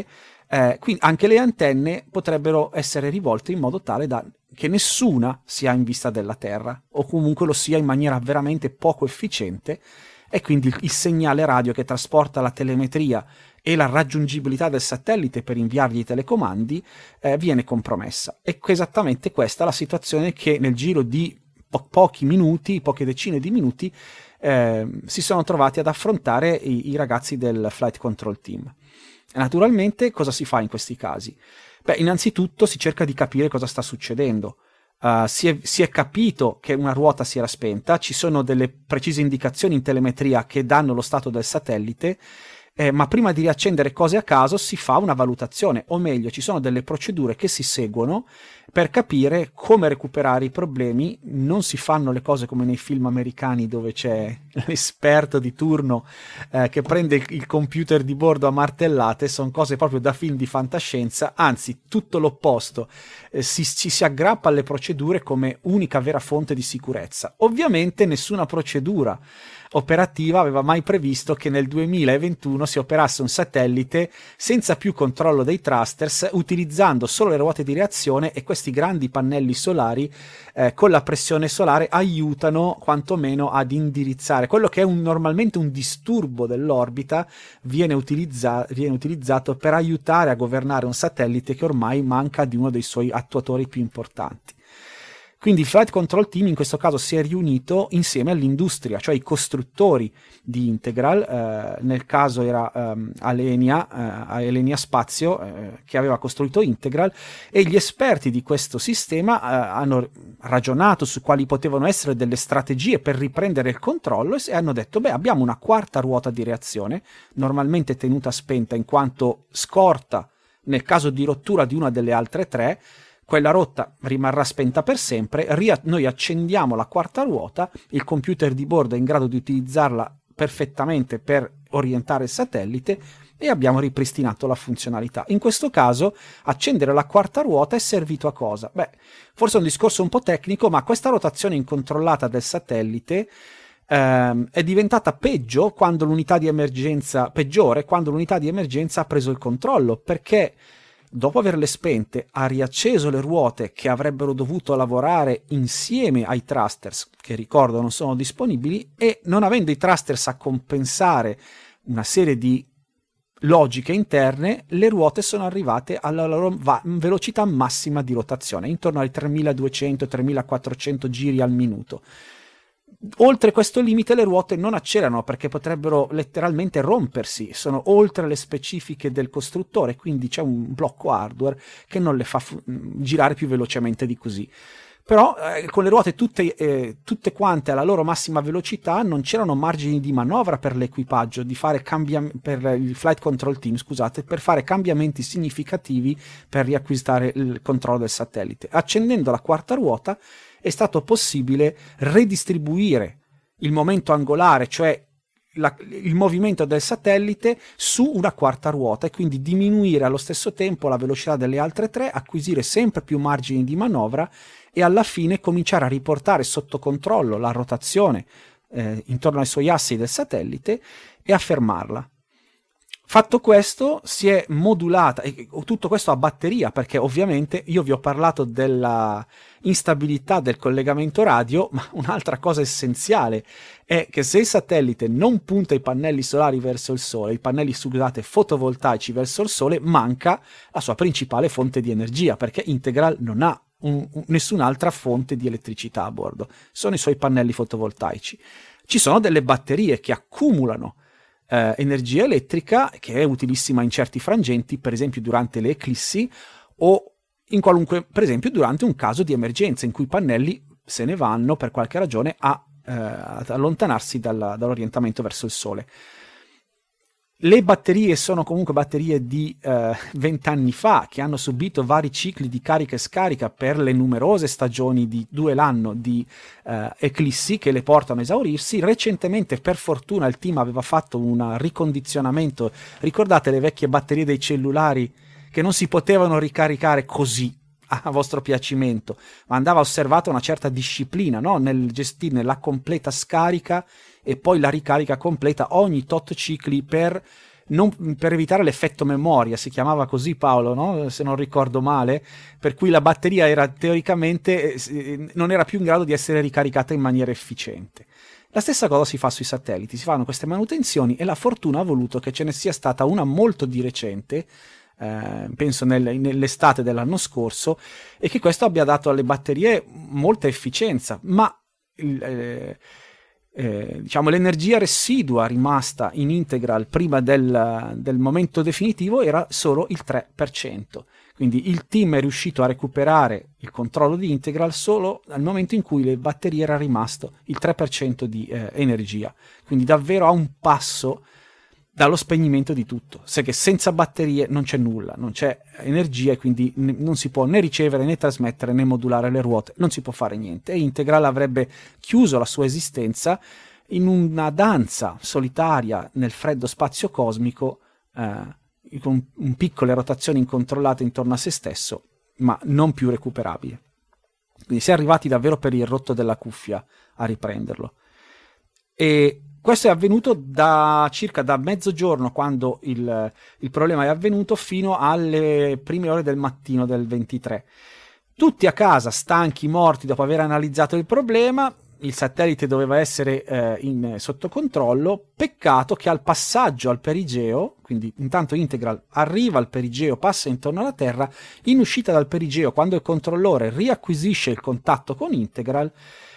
Eh, quindi anche le antenne potrebbero essere rivolte in modo tale da che nessuna sia in vista della Terra, o comunque lo sia in maniera veramente poco efficiente, e quindi il, il segnale radio che trasporta la telemetria e la raggiungibilità del satellite per inviargli i telecomandi eh, viene compromessa. È esattamente questa la situazione che nel giro di po- pochi minuti, poche decine di minuti, eh, si sono trovati ad affrontare i, i ragazzi del Flight Control Team. E naturalmente cosa si fa in questi casi? Beh, innanzitutto si cerca di capire cosa sta succedendo. Uh, si, è, si è capito che una ruota si era spenta, ci sono delle precise indicazioni in telemetria che danno lo stato del satellite, eh, ma prima di riaccendere cose a caso si fa una valutazione, o meglio ci sono delle procedure che si seguono per capire come recuperare i problemi. Non si fanno le cose come nei film americani dove c'è l'esperto di turno eh, che prende il, il computer di bordo a martellate. Sono cose proprio da film di fantascienza, anzi tutto l'opposto, eh, si, ci si aggrappa alle procedure come unica vera fonte di sicurezza. Ovviamente nessuna procedura operativa aveva mai previsto che nel duemilaventuno si operasse un satellite senza più controllo dei thrusters, utilizzando solo le ruote di reazione, e questi grandi pannelli solari eh, con la pressione solare aiutano quantomeno ad indirizzare quello che è un, normalmente un disturbo dell'orbita, viene, utilizza- viene utilizzato per aiutare a governare un satellite che ormai manca di uno dei suoi attuatori più importanti. Quindi il Flight Control Team in questo caso si è riunito insieme all'industria, cioè i costruttori di Integral, eh, nel caso era um, Alenia, eh, Alenia Spazio, eh, che aveva costruito Integral, e gli esperti di questo sistema eh, hanno ragionato su quali potevano essere delle strategie per riprendere il controllo e hanno detto, beh, abbiamo una quarta ruota di reazione, normalmente tenuta spenta in quanto scorta nel caso di rottura di una delle altre tre. Quella rotta rimarrà spenta per sempre, ria- noi accendiamo la quarta ruota, il computer di bordo è in grado di utilizzarla perfettamente per orientare il satellite e abbiamo ripristinato la funzionalità. In questo caso accendere la quarta ruota è servito a cosa? Beh, forse è un discorso un po' tecnico, ma questa rotazione incontrollata del satellite ehm, è diventata peggio quando l'unità di emergenza, peggiore quando l'unità di emergenza ha preso il controllo, perché dopo averle spente ha riacceso le ruote che avrebbero dovuto lavorare insieme ai thrusters, che ricordo non sono disponibili, e non avendo i thrusters a compensare una serie di logiche interne, le ruote sono arrivate alla loro va- velocità massima di rotazione, intorno ai tremiladuecento tremilaquattrocento giri al minuto. Oltre questo limite le ruote non accelerano perché potrebbero letteralmente rompersi, sono oltre le specifiche del costruttore, quindi c'è un blocco hardware che non le fa fu- girare più velocemente di così. Però eh, con le ruote tutte, eh, tutte quante alla loro massima velocità non c'erano margini di manovra per l'equipaggio di fare cambiam- per il Flight Control Team, scusate, per fare cambiamenti significativi per riacquistare il controllo del satellite. Accendendo la quarta ruota è stato possibile redistribuire il momento angolare, cioè la, il movimento del satellite, su una quarta ruota, e quindi diminuire allo stesso tempo la velocità delle altre tre, acquisire sempre più margini di manovra e alla fine cominciare a riportare sotto controllo la rotazione eh, intorno ai suoi assi del satellite e a fermarla. Fatto questo, si è modulata, e tutto questo a batteria, perché ovviamente io vi ho parlato della instabilità del collegamento radio, ma un'altra cosa essenziale è che se il satellite non punta i pannelli solari verso il sole, i pannelli, scusate, fotovoltaici verso il sole, manca la sua principale fonte di energia, perché Integral non ha un, un, nessun'altra fonte di elettricità a bordo, sono i suoi pannelli fotovoltaici. Ci sono delle batterie che accumulano Eh, energia elettrica, che è utilissima in certi frangenti, per esempio durante le eclissi o in qualunque, per esempio durante un caso di emergenza in cui i pannelli se ne vanno per qualche ragione a, eh, ad allontanarsi dalla, dall'orientamento verso il sole. Le batterie sono comunque batterie di vent'anni eh, fa, che hanno subito vari cicli di carica e scarica per le numerose stagioni di due l'anno di eh, eclissi che le portano a esaurirsi. Recentemente, per fortuna, il team aveva fatto un ricondizionamento. Ricordate le vecchie batterie dei cellulari che non si potevano ricaricare così a vostro piacimento, ma andava osservata una certa disciplina, no? Nel gestire la completa scarica e poi la ricarica completa ogni tot cicli per non, per evitare l'effetto memoria, si chiamava così, Paolo, no? Se non ricordo male, per cui la batteria era teoricamente eh, non era più in grado di essere ricaricata in maniera efficiente. La stessa cosa si fa sui satelliti, si fanno queste manutenzioni e la fortuna ha voluto che ce ne sia stata una molto di recente, eh, penso nel, nell'estate dell'anno scorso, e che questo abbia dato alle batterie molta efficienza, ma eh, eh, diciamo l'energia residua rimasta in Integral prima del, del momento definitivo era solo il tre per cento. Quindi il team è riuscito a recuperare il controllo di Integral solo al momento in cui le batterie era rimasto il tre per cento di eh, energia. Quindi davvero a un passo dallo spegnimento di tutto. Sai che senza batterie non c'è nulla, non c'è energia e quindi ne, non si può né ricevere né trasmettere né modulare le ruote, non si può fare niente. E Integral avrebbe chiuso la sua esistenza in una danza solitaria nel freddo spazio cosmico, eh, con un piccole rotazioni incontrollate intorno a se stesso, ma non più recuperabile. Quindi si è arrivati davvero per il rotto della cuffia a riprenderlo. E questo è avvenuto da circa da mezzogiorno, quando il, il problema è avvenuto, fino alle prime ore del mattino del ventitré. Tutti a casa, stanchi, morti, dopo aver analizzato il problema. Il satellite doveva essere eh, in, sotto controllo. Peccato che al passaggio al perigeo, quindi intanto Integral arriva al perigeo, passa intorno alla Terra, in uscita dal perigeo, quando il controllore riacquisisce il contatto con Integral,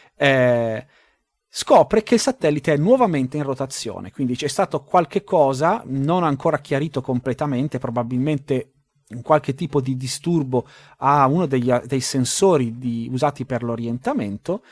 eh, scopre che il satellite è nuovamente in rotazione. Quindi c'è stato qualche cosa, non ancora chiarito completamente, probabilmente qualche tipo di disturbo a uno degli, dei sensori di, usati per l'orientamento.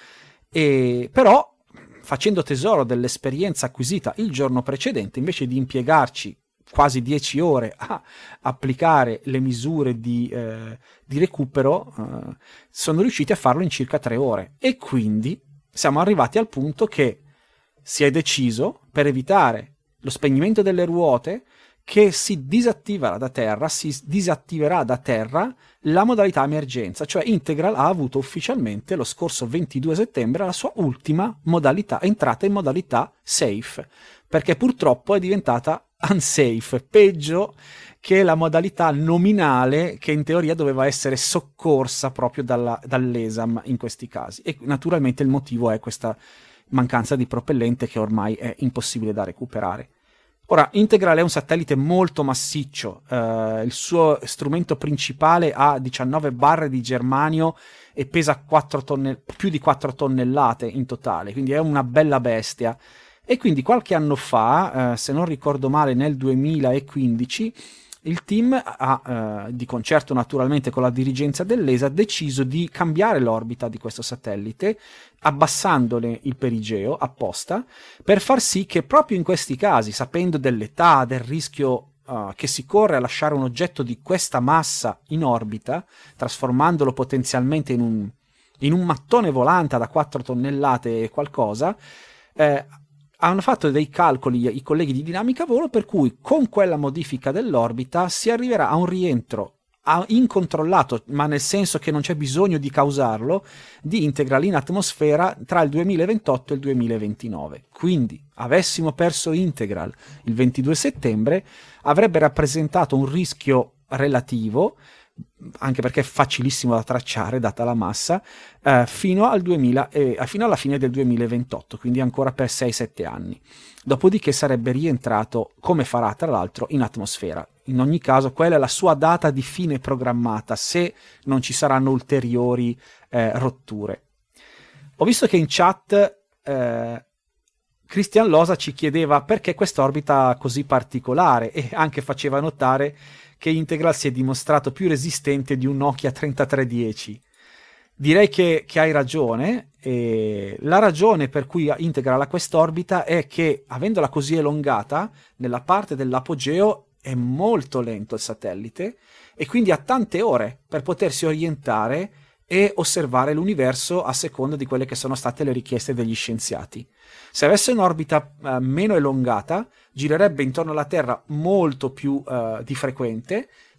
E però, facendo tesoro dell'esperienza acquisita il giorno precedente, invece di impiegarci quasi dieci ore a applicare le misure di, eh, di recupero, eh, sono riusciti a farlo in circa tre ore. E quindi siamo arrivati al punto che si è deciso, per evitare lo spegnimento delle ruote, che si disattiva da terra, si disattiverà da terra la modalità emergenza, cioè Integral ha avuto ufficialmente lo scorso ventidue settembre la sua ultima modalità, entrata in modalità safe, perché purtroppo è diventata unsafe, peggio che la modalità nominale che in teoria doveva essere soccorsa proprio dalla, dall'E S A M in questi casi. E naturalmente il motivo è questa mancanza di propellente che ormai è impossibile da recuperare. Ora, Integral è un satellite molto massiccio, uh, il suo strumento principale ha diciannove barre di germanio e pesa quattro tonne- più di quattro tonnellate in totale, quindi è una bella bestia. E quindi qualche anno fa, uh, se non ricordo male nel duemilaquindici, il team ha, uh, di concerto naturalmente con la dirigenza dell'E S A, deciso di cambiare l'orbita di questo satellite, abbassandone il perigeo apposta, per far sì che proprio in questi casi, sapendo dell'età, del rischio uh, che si corre a lasciare un oggetto di questa massa in orbita, trasformandolo potenzialmente in un, in un mattone volante da quattro tonnellate e qualcosa, eh, hanno fatto dei calcoli i colleghi di Dinamica Volo per cui con quella modifica dell'orbita si arriverà a un rientro a, incontrollato, ma nel senso che non c'è bisogno di causarlo, di Integral in atmosfera tra il duemilaventotto e il duemilaventinove. Quindi avessimo perso Integral il ventidue settembre avrebbe rappresentato un rischio relativo, anche perché è facilissimo da tracciare data la massa, eh, fino al duemila, eh, fino alla fine del duemilaventotto, quindi ancora per sei sette anni. Dopodiché sarebbe rientrato, come farà tra l'altro, in atmosfera. In ogni caso quella è la sua data di fine programmata, se non ci saranno ulteriori eh, rotture. Ho visto che in chat eh, Cristian Losa ci chiedeva perché quest'orbita così particolare e anche faceva notare che Integral si è dimostrato più resistente di un Nokia trentatré dieci. Direi che, che hai ragione. E la ragione per cui Integral ha quest'orbita è che, avendola così elongata, nella parte dell'apogeo è molto lento il satellite e quindi ha tante ore per potersi orientare e osservare l'universo a seconda di quelle che sono state le richieste degli scienziati. Se avesse un'orbita eh, meno elongata, girerebbe intorno alla Terra molto più eh, di frequente,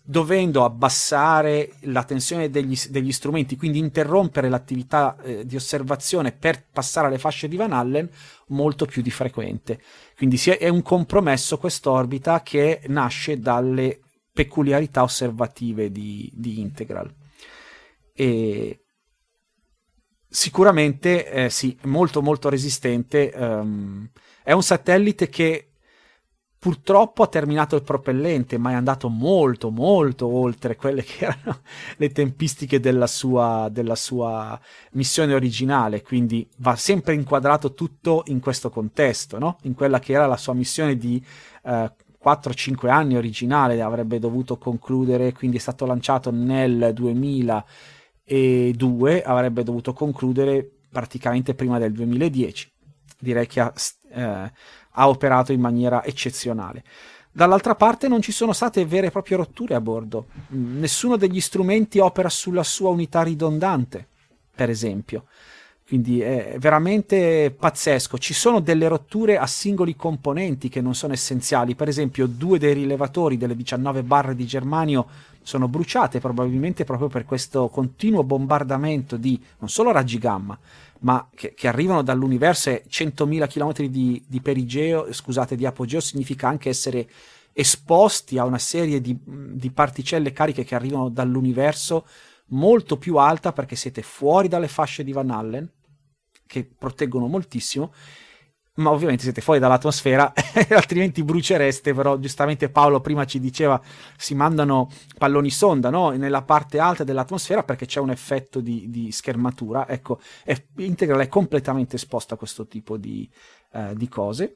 dovendo abbassare la tensione degli, degli strumenti, quindi interrompere l'attività eh, di osservazione per passare alle fasce di Van Allen molto più di frequente. Quindi si è, è un compromesso quest'orbita che nasce dalle peculiarità osservative di, di Integral. E sicuramente eh, sì, molto molto resistente. Um, è un satellite che purtroppo ha terminato il propellente, ma è andato molto molto oltre quelle che erano le tempistiche della sua, della sua missione originale, quindi va sempre inquadrato tutto in questo contesto, no? In quella che era la sua missione di eh, quattro cinque anni originale, avrebbe dovuto concludere, quindi è stato lanciato nel duemiladue, avrebbe dovuto concludere praticamente prima del duemiladieci. Direi che ha, eh, ha operato in maniera eccezionale. Dall'altra parte non ci sono state vere e proprie rotture a bordo. Nessuno degli strumenti opera sulla sua unità ridondante, per esempio. Quindi è veramente pazzesco. Ci sono delle rotture a singoli componenti che non sono essenziali. Per esempio, due dei rilevatori delle diciannove barre di germanio sono bruciate, probabilmente proprio per questo continuo bombardamento di non solo raggi gamma, ma che, che arrivano dall'universo. E centomila chilometri di, di perigeo, scusate, di apogeo, significa anche essere esposti a una serie di, di particelle cariche che arrivano dall'universo molto più alta, perché siete fuori dalle fasce di Van Allen, che proteggono moltissimo, ma ovviamente siete fuori dall'atmosfera, altrimenti brucereste. Però giustamente Paolo prima ci diceva si mandano palloni sonda, no? Nella parte alta dell'atmosfera, perché c'è un effetto di, di schermatura. Ecco, è, Integral è completamente esposta a questo tipo di, eh, di cose.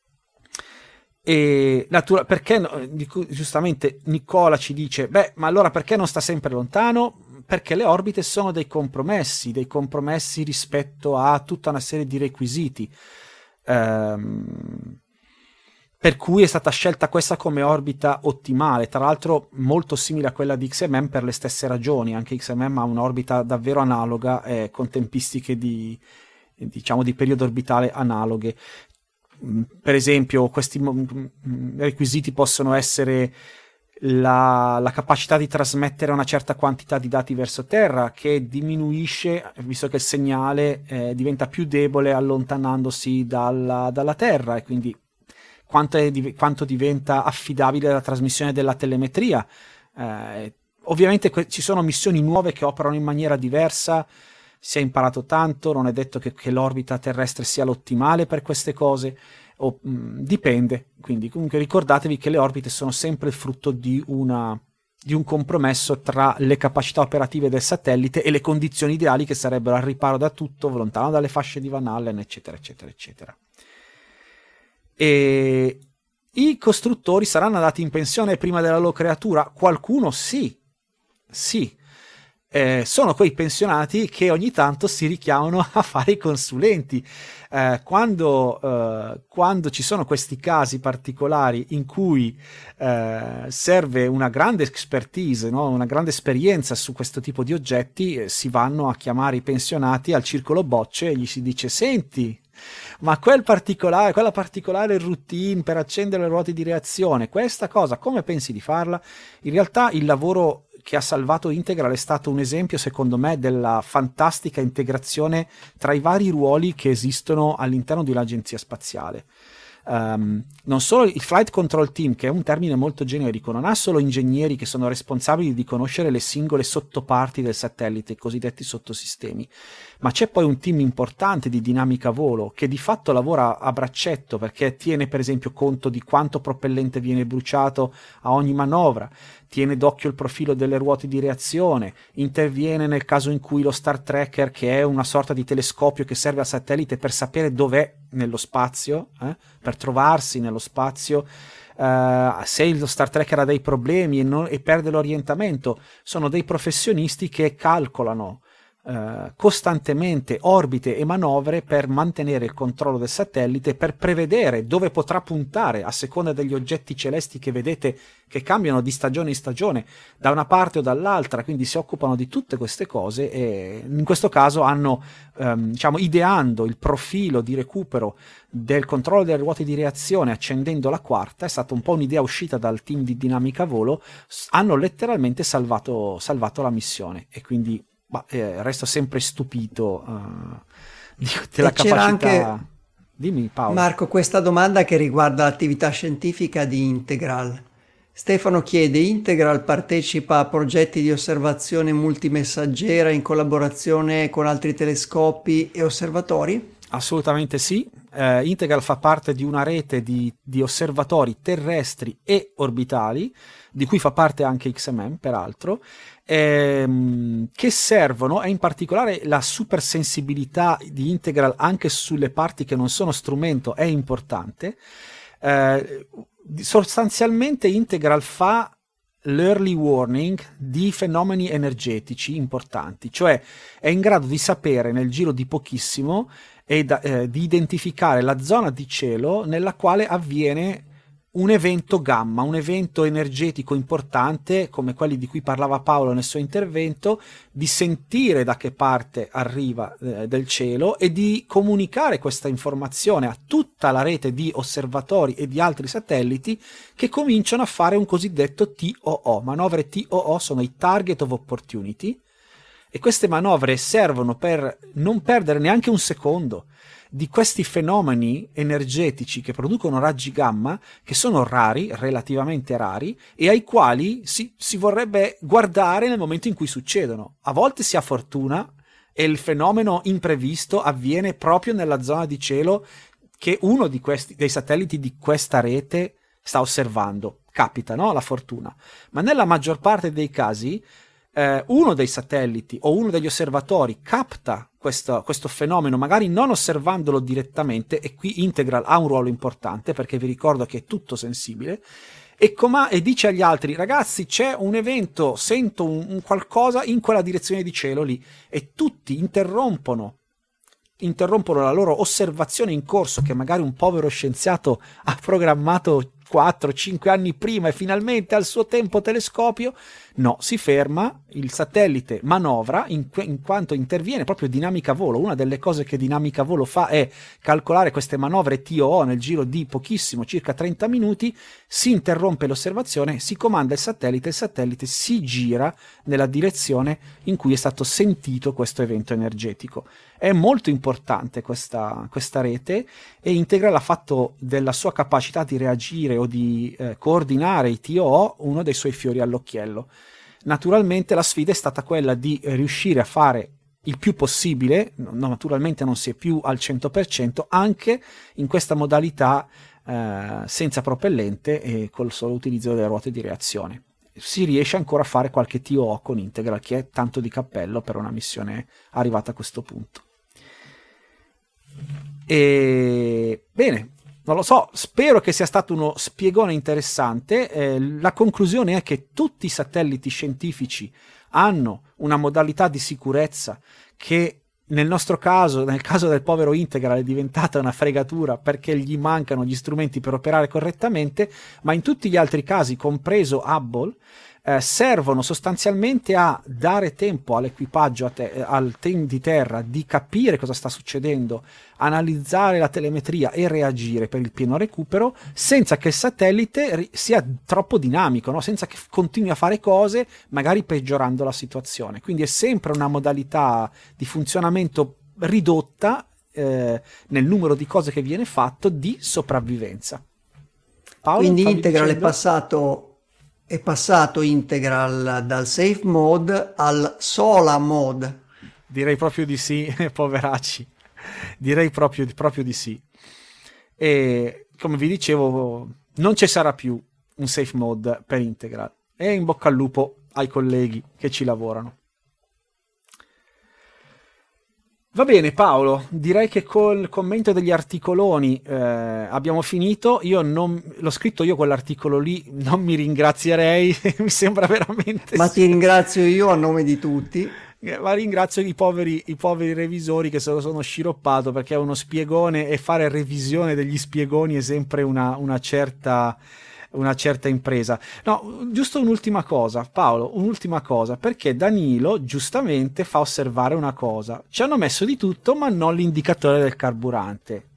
E natura- perché giustamente Nicola ci dice, beh, ma allora perché non sta sempre lontano? Perché le orbite sono dei compromessi, dei compromessi rispetto a tutta una serie di requisiti. Um, per cui è stata scelta questa come orbita ottimale, tra l'altro molto simile a quella di X M M per le stesse ragioni. Anche X M M ha un'orbita davvero analoga, eh, con tempistiche di, diciamo, di periodo orbitale analoghe. Per esempio, questi requisiti possono essere la, la capacità di trasmettere una certa quantità di dati verso Terra, che diminuisce visto che il segnale eh, diventa più debole allontanandosi dalla, dalla Terra, e quindi quanto, è, quanto diventa affidabile la trasmissione della telemetria. Eh, ovviamente que- ci sono missioni nuove che operano in maniera diversa, si è imparato tanto, non è detto che, che l'orbita terrestre sia l'ottimale per queste cose, o, mh, dipende. Quindi comunque ricordatevi che le orbite sono sempre il frutto di, una, di un compromesso tra le capacità operative del satellite e le condizioni ideali, che sarebbero al riparo da tutto, lontano dalle fasce di Van Allen, eccetera eccetera eccetera. E i costruttori saranno andati in pensione prima della loro creatura? Qualcuno sì, sì. Eh, sono quei pensionati che ogni tanto si richiamano a fare i consulenti. Eh, quando, eh, quando ci sono questi casi particolari in cui eh, serve una grande expertise, no? Una grande esperienza su questo tipo di oggetti, eh, si vanno a chiamare i pensionati al circolo bocce e gli si dice: senti, ma quel particolare, quella particolare routine per accendere le ruote di reazione, questa cosa come pensi di farla? In realtà il lavoro che ha salvato Integral è stato un esempio, secondo me, della fantastica integrazione tra i vari ruoli che esistono all'interno di un'agenzia spaziale. Um, non solo il Flight Control Team, che è un termine molto generico, non ha solo ingegneri che sono responsabili di conoscere le singole sottoparti del satellite, i cosiddetti sottosistemi, ma c'è poi un team importante di dinamica volo che di fatto lavora a braccetto, perché tiene per esempio conto di quanto propellente viene bruciato a ogni manovra, tiene d'occhio il profilo delle ruote di reazione, interviene nel caso in cui lo Star Tracker, che è una sorta di telescopio che serve al satellite per sapere dov'è nello spazio, eh, per trovarsi nello spazio, uh, se lo Star Tracker ha dei problemi e, non, e perde l'orientamento, sono dei professionisti che calcolano eh, costantemente orbite e manovre per mantenere il controllo del satellite, per prevedere dove potrà puntare a seconda degli oggetti celesti che vedete che cambiano di stagione in stagione, da una parte o dall'altra, quindi si occupano di tutte queste cose e in questo caso hanno, ehm, diciamo, ideando il profilo di recupero del controllo delle ruote di reazione accendendo la quarta, è stata un po' un'idea uscita dal team di Dinamica Volo, hanno letteralmente salvato, salvato la missione e quindi bah, eh, resto sempre stupito uh, di, della e c'era capacità. Anche, dimmi Paolo. Marco, questa domanda che riguarda l'attività scientifica di Integral. Stefano chiede: Integral partecipa a progetti di osservazione multimessaggera in collaborazione con altri telescopi e osservatori? Assolutamente sì, eh, Integral fa parte di una rete di, di osservatori terrestri e orbitali, di cui fa parte anche X M M peraltro, ehm, che servono, e in particolare la supersensibilità di Integral anche sulle parti che non sono strumento è importante. Eh, sostanzialmente Integral fa l'early warning di fenomeni energetici importanti, cioè è in grado di sapere nel giro di pochissimo e da, eh, di identificare la zona di cielo nella quale avviene un evento gamma, un evento energetico importante come quelli di cui parlava Paolo nel suo intervento, di sentire da che parte arriva eh, del cielo e di comunicare questa informazione a tutta la rete di osservatori e di altri satelliti che cominciano a fare un cosiddetto T O O. Manovre T O O sono i Target of Opportunity, e queste manovre servono per non perdere neanche un secondo di questi fenomeni energetici che producono raggi gamma, che sono rari, relativamente rari, e ai quali si, si vorrebbe guardare nel momento in cui succedono. A volte si ha fortuna e il fenomeno imprevisto avviene proprio nella zona di cielo che uno di questi, dei satelliti di questa rete sta osservando. Capita, no? La fortuna. Ma nella maggior parte dei casi eh, uno dei satelliti o uno degli osservatori capta questo, questo fenomeno, magari non osservandolo direttamente, e qui Integral ha un ruolo importante perché vi ricordo che è tutto sensibile, e, coma, e dice agli altri: ragazzi, c'è un evento, sento un, un qualcosa in quella direzione di cielo lì, e tutti interrompono interrompono la loro osservazione in corso che magari un povero scienziato ha programmato quattro cinque anni prima e finalmente al suo tempo telescopio. No, si ferma, il satellite manovra in, in quanto interviene proprio Dinamica Volo. Una delle cose che Dinamica Volo fa è calcolare queste manovre T O O nel giro di pochissimo, circa trenta minuti, si interrompe l'osservazione, si comanda il satellite, il satellite si gira nella direzione in cui è stato sentito questo evento energetico. È molto importante questa, questa rete, e Integral ha fatto della sua capacità di reagire o di eh, coordinare i T O O uno dei suoi fiori all'occhiello. Naturalmente la sfida è stata quella di riuscire a fare il più possibile, no, naturalmente non si è più al cento per cento, anche in questa modalità eh, senza propellente e col solo utilizzo delle ruote di reazione. Si riesce ancora a fare qualche T O O con Integral, che è tanto di cappello per una missione arrivata a questo punto. E bene, non lo so, spero che sia stato uno spiegone interessante. Eh, la conclusione è che tutti i satelliti scientifici hanno una modalità di sicurezza che nel nostro caso, nel caso del povero Integral, è diventata una fregatura perché gli mancano gli strumenti per operare correttamente, ma in tutti gli altri casi, compreso Hubble, eh, servono sostanzialmente a dare tempo all'equipaggio, a te, al team di terra, di capire cosa sta succedendo, analizzare la telemetria e reagire per il pieno recupero, senza che il satellite sia troppo dinamico, no? Senza che continui a fare cose, magari peggiorando la situazione. Quindi è sempre una modalità di funzionamento ridotta eh, nel numero di cose che viene fatto, di sopravvivenza. Paolo, quindi Integral dicendo? è passato è passato Integral dal safe mode al sola mode. Direi proprio di sì, poveracci. Direi proprio, proprio di sì. E come vi dicevo, non ci sarà più un safe mode per Integral. E in bocca al lupo ai colleghi che ci lavorano. Va bene Paolo, direi che col commento degli articoloni eh, abbiamo finito. Io non l'ho scritto io quell'articolo lì, non mi ringrazierei, mi sembra veramente... Ma ti ringrazio io a nome di tutti. Ma ringrazio i poveri, i poveri revisori che se lo sono sciroppato, perché è uno spiegone e fare revisione degli spiegoni è sempre una, una certa una certa impresa. No, giusto un'ultima cosa, Paolo, un'ultima cosa, perché Danilo giustamente fa osservare una cosa. Ci hanno messo di tutto, ma non l'indicatore del carburante.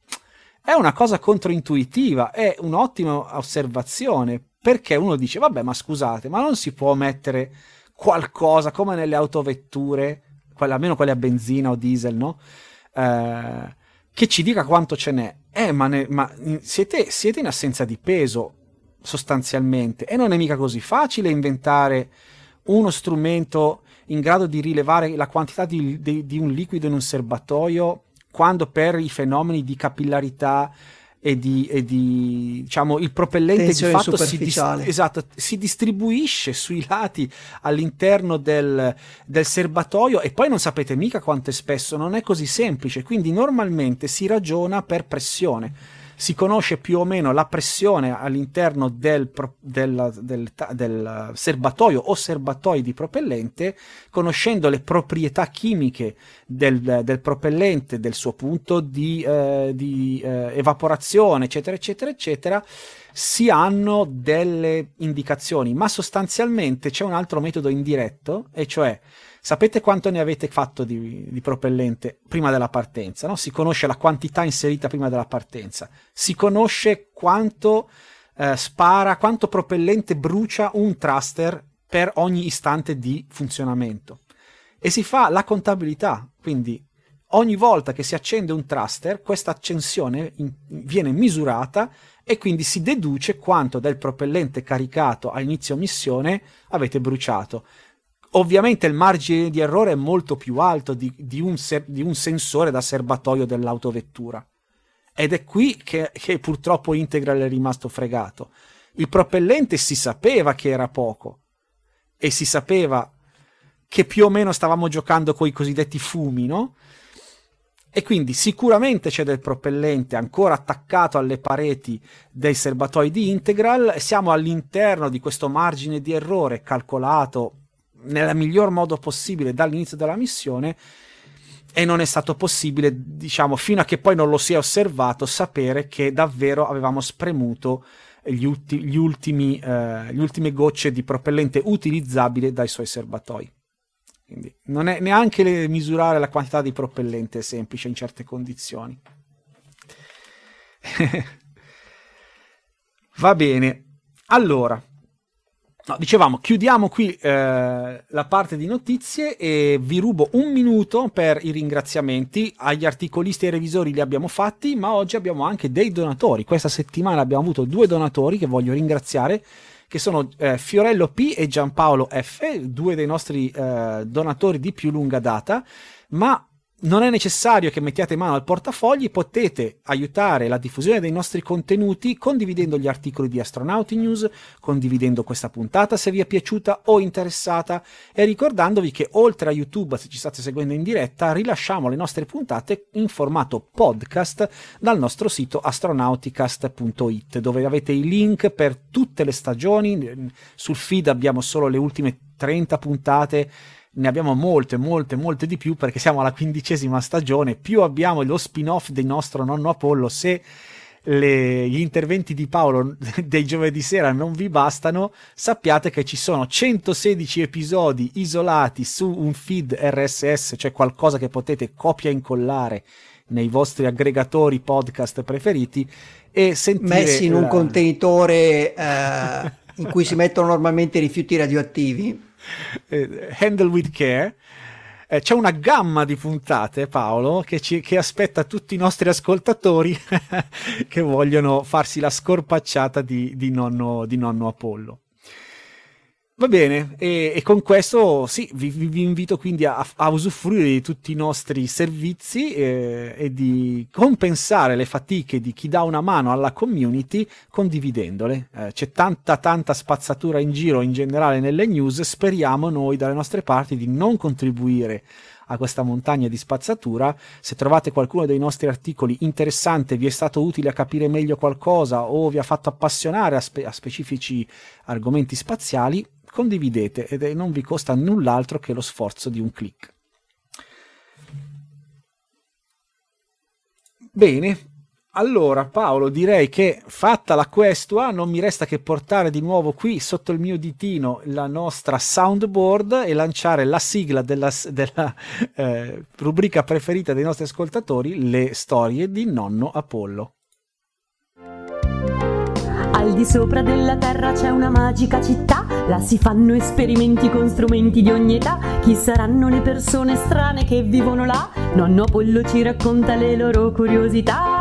È una cosa controintuitiva, è un'ottima osservazione, perché uno dice, vabbè, ma scusate, ma non si può mettere qualcosa come nelle autovetture, quelle, almeno quelle a benzina o diesel, no? Eh, che ci dica quanto ce n'è. Eh, ma, ne, ma siete, siete in assenza di peso, sostanzialmente, e non è mica così facile inventare uno strumento in grado di rilevare la quantità di, di, di un liquido in un serbatoio, quando per i fenomeni di capillarità e di, e di diciamo il propellente tensione di fatto si, dis- esatto, si distribuisce sui lati all'interno del, del serbatoio, e poi non sapete mica quanto è spesso, non è così semplice, quindi normalmente si ragiona per pressione. Si conosce più o meno la pressione all'interno del, del, del, del serbatoio o serbatoi di propellente, conoscendo le proprietà chimiche del, del propellente, del suo punto di, eh, di eh, evaporazione, eccetera, eccetera, eccetera, si hanno delle indicazioni, ma sostanzialmente c'è un altro metodo indiretto, e cioè sapete quanto ne avete fatto di, di propellente prima della partenza, no? Si conosce la quantità inserita prima della partenza, si conosce quanto eh, spara, quanto propellente brucia un thruster per ogni istante di funzionamento, e si fa la contabilità, quindi ogni volta che si accende un thruster questa accensione in, viene misurata, e quindi si deduce quanto del propellente caricato a inizio missione avete bruciato. Ovviamente il margine di errore è molto più alto di, di, un, ser- di un sensore da serbatoio dell'autovettura, ed è qui che, che purtroppo Integral è rimasto fregato. Il propellente si sapeva che era poco, e si sapeva che più o meno stavamo giocando con i cosiddetti fumi, no? E quindi sicuramente c'è del propellente ancora attaccato alle pareti dei serbatoi di Integral, siamo all'interno di questo margine di errore calcolato nel miglior modo possibile dall'inizio della missione, e non è stato possibile, diciamo, fino a che poi non lo si è osservato, sapere che davvero avevamo spremuto gli, ulti- gli ultimi eh, gli ultime gocce di propellente utilizzabile dai suoi serbatoi. Quindi non è neanche le, misurare la quantità di propellente è semplice in certe condizioni. Va bene, allora no, dicevamo, chiudiamo qui eh, la parte di notizie, e vi rubo un minuto per i ringraziamenti. Agli articolisti e ai revisori li abbiamo fatti, ma oggi abbiamo anche dei donatori. Questa settimana abbiamo avuto due donatori che voglio ringraziare, che sono eh, Fiorello P e Giampaolo F, due dei nostri eh, donatori di più lunga data, ma non è necessario che mettiate mano al portafogli, potete aiutare la diffusione dei nostri contenuti condividendo gli articoli di Astronauti News, condividendo questa puntata se vi è piaciuta o interessata, e ricordandovi che oltre a YouTube, se ci state seguendo in diretta, rilasciamo le nostre puntate in formato podcast dal nostro sito astronauticast punto it, dove avete i link per tutte le stagioni. Sul feed abbiamo solo le ultime trenta puntate, ne abbiamo molte, molte, molte di più, perché siamo alla quindicesima stagione. Più abbiamo lo spin-off del nostro nonno Apollo. Se le, gli interventi di Paolo dei giovedì sera non vi bastano, sappiate che ci sono centosedici episodi isolati su un feed R S S, cioè qualcosa che potete copia e incollare nei vostri aggregatori podcast preferiti, e sentire messi in la... un contenitore eh, in cui si mettono normalmente i rifiuti radioattivi. Handle with care. Eh, c'è una gamma di puntate, Paolo, che, ci, che aspetta tutti i nostri ascoltatori che vogliono farsi la scorpacciata di, di, nonno, di nonno Apollo. Va bene, e, e con questo sì, vi, vi invito quindi a, a usufruire di tutti i nostri servizi eh, e di compensare le fatiche di chi dà una mano alla community condividendole. Eh, c'è tanta tanta spazzatura in giro in generale nelle news, speriamo noi dalle nostre parti di non contribuire a questa montagna di spazzatura. Se trovate qualcuno dei nostri articoli interessante, vi è stato utile a capire meglio qualcosa o vi ha fatto appassionare a, spe- a specifici argomenti spaziali, condividete ed non vi costa null'altro che lo sforzo di un click. Bene. Allora Paolo, direi che fatta la questua non mi resta che portare di nuovo qui sotto il mio ditino la nostra soundboard e lanciare la sigla della, della eh, rubrica preferita dei nostri ascoltatori, le storie di nonno Apollo. Al di sopra della terra c'è una magica città, là si fanno esperimenti con strumenti di ogni età. Chi saranno le persone strane che vivono là? Nonno Apollo ci racconta le loro curiosità.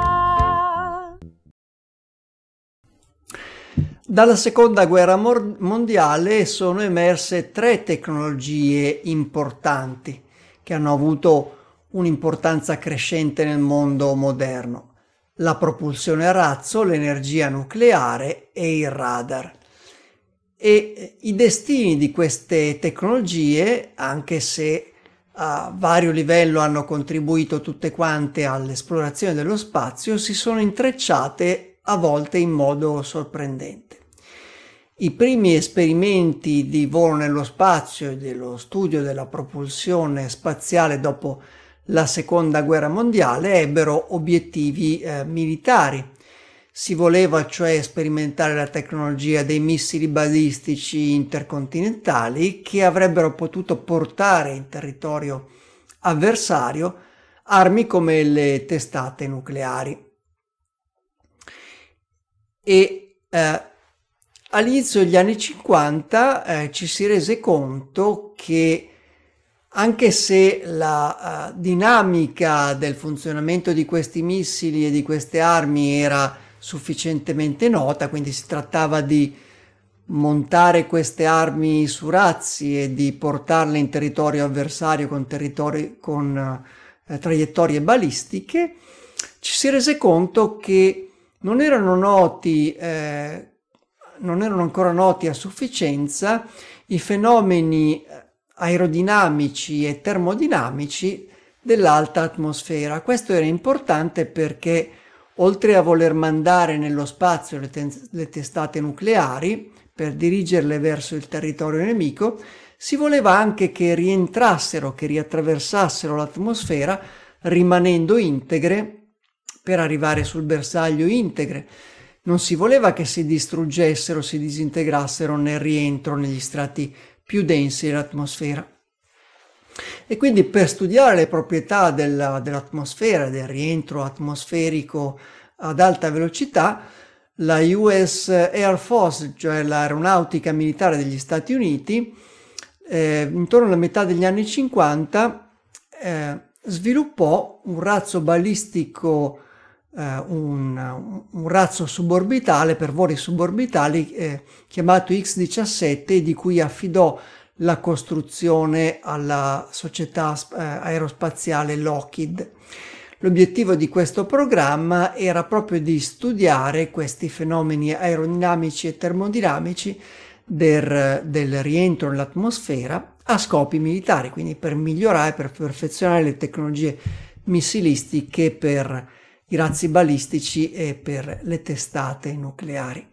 Dalla seconda guerra mondiale sono emerse tre tecnologie importanti che hanno avuto un'importanza crescente nel mondo moderno: la propulsione a razzo, l'energia nucleare e il radar. E i destini di queste tecnologie, anche se a vario livello hanno contribuito tutte quante all'esplorazione dello spazio, si sono intrecciate a volte in modo sorprendente. I primi esperimenti di volo nello spazio e dello studio della propulsione spaziale dopo la seconda guerra mondiale ebbero obiettivi eh, militari. Si voleva cioè sperimentare la tecnologia dei missili balistici intercontinentali che avrebbero potuto portare in territorio avversario armi come le testate nucleari. E eh, all'inizio degli anni cinquanta eh, ci si rese conto che anche se la uh, dinamica del funzionamento di questi missili e di queste armi era sufficientemente nota, quindi si trattava di montare queste armi su razzi e di portarle in territorio avversario con, territori, con uh, traiettorie balistiche, ci si rese conto che non erano noti eh, non erano ancora noti a sufficienza i fenomeni aerodinamici e termodinamici dell'alta atmosfera. Questo era importante perché, oltre a voler mandare nello spazio le, te- le testate nucleari per dirigerle verso il territorio nemico, si voleva anche che rientrassero, che riattraversassero l'atmosfera rimanendo integre per arrivare sul bersaglio integre. Non si voleva che si distruggessero, si disintegrassero nel rientro negli strati più densi dell'atmosfera. E quindi per studiare le proprietà della, dell'atmosfera, del rientro atmosferico ad alta velocità, la U S Air Force, cioè l'aeronautica militare degli Stati Uniti, eh, intorno alla metà degli anni cinquanta, eh, sviluppò un razzo balistico Uh, un, un razzo suborbitale per voli suborbitali eh, chiamato X diciassette, di cui affidò la costruzione alla società eh, aerospaziale Lockheed. L'obiettivo di questo programma era proprio di studiare questi fenomeni aerodinamici e termodinamici del, del rientro nell'atmosfera a scopi militari, quindi per migliorare, per perfezionare le tecnologie missilistiche per i razzi balistici e per le testate nucleari.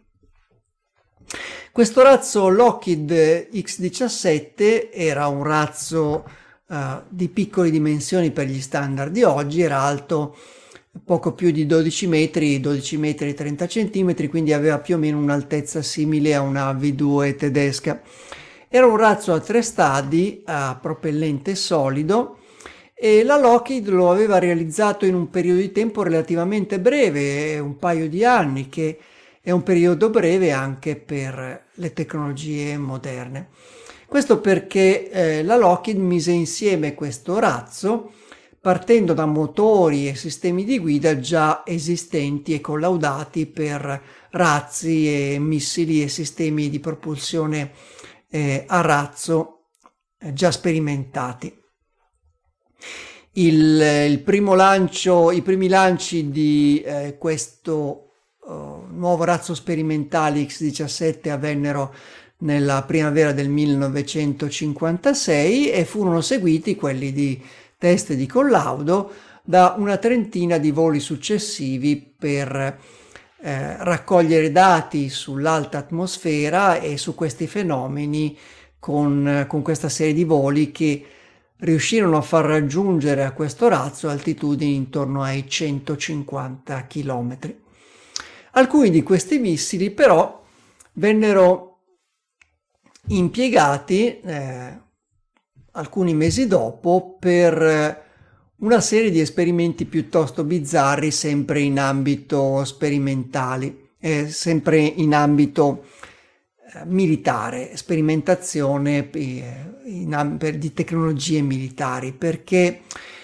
Questo razzo Lockheed X diciassette era un razzo uh, di piccole dimensioni per gli standard di oggi, era alto poco più di dodici metri, dodici metri e trenta centimetri, quindi aveva più o meno un'altezza simile a una V due tedesca. Era un razzo a tre stadi a propellente solido, e la Lockheed lo aveva realizzato in un periodo di tempo relativamente breve, un paio di anni, che è un periodo breve anche per le tecnologie moderne. Questo perché eh, la Lockheed mise insieme questo razzo partendo da motori e sistemi di guida già esistenti e collaudati per razzi e missili e sistemi di propulsione eh, a razzo eh, già sperimentati. Il, il primo lancio, i primi lanci di eh, questo uh, nuovo razzo sperimentale X diciassette avvennero nella primavera del millenovecentocinquantasei e furono seguiti quelli di test di collaudo da una trentina di voli successivi per eh, raccogliere dati sull'alta atmosfera e su questi fenomeni con, con questa serie di voli che riuscirono a far raggiungere a questo razzo altitudini intorno ai centocinquanta chilometri. Alcuni di questi missili però vennero impiegati eh, alcuni mesi dopo per una serie di esperimenti piuttosto bizzarri, sempre in ambito sperimentali, eh, sempre in ambito eh, militare, sperimentazione eh, in, per, di tecnologie militari, perché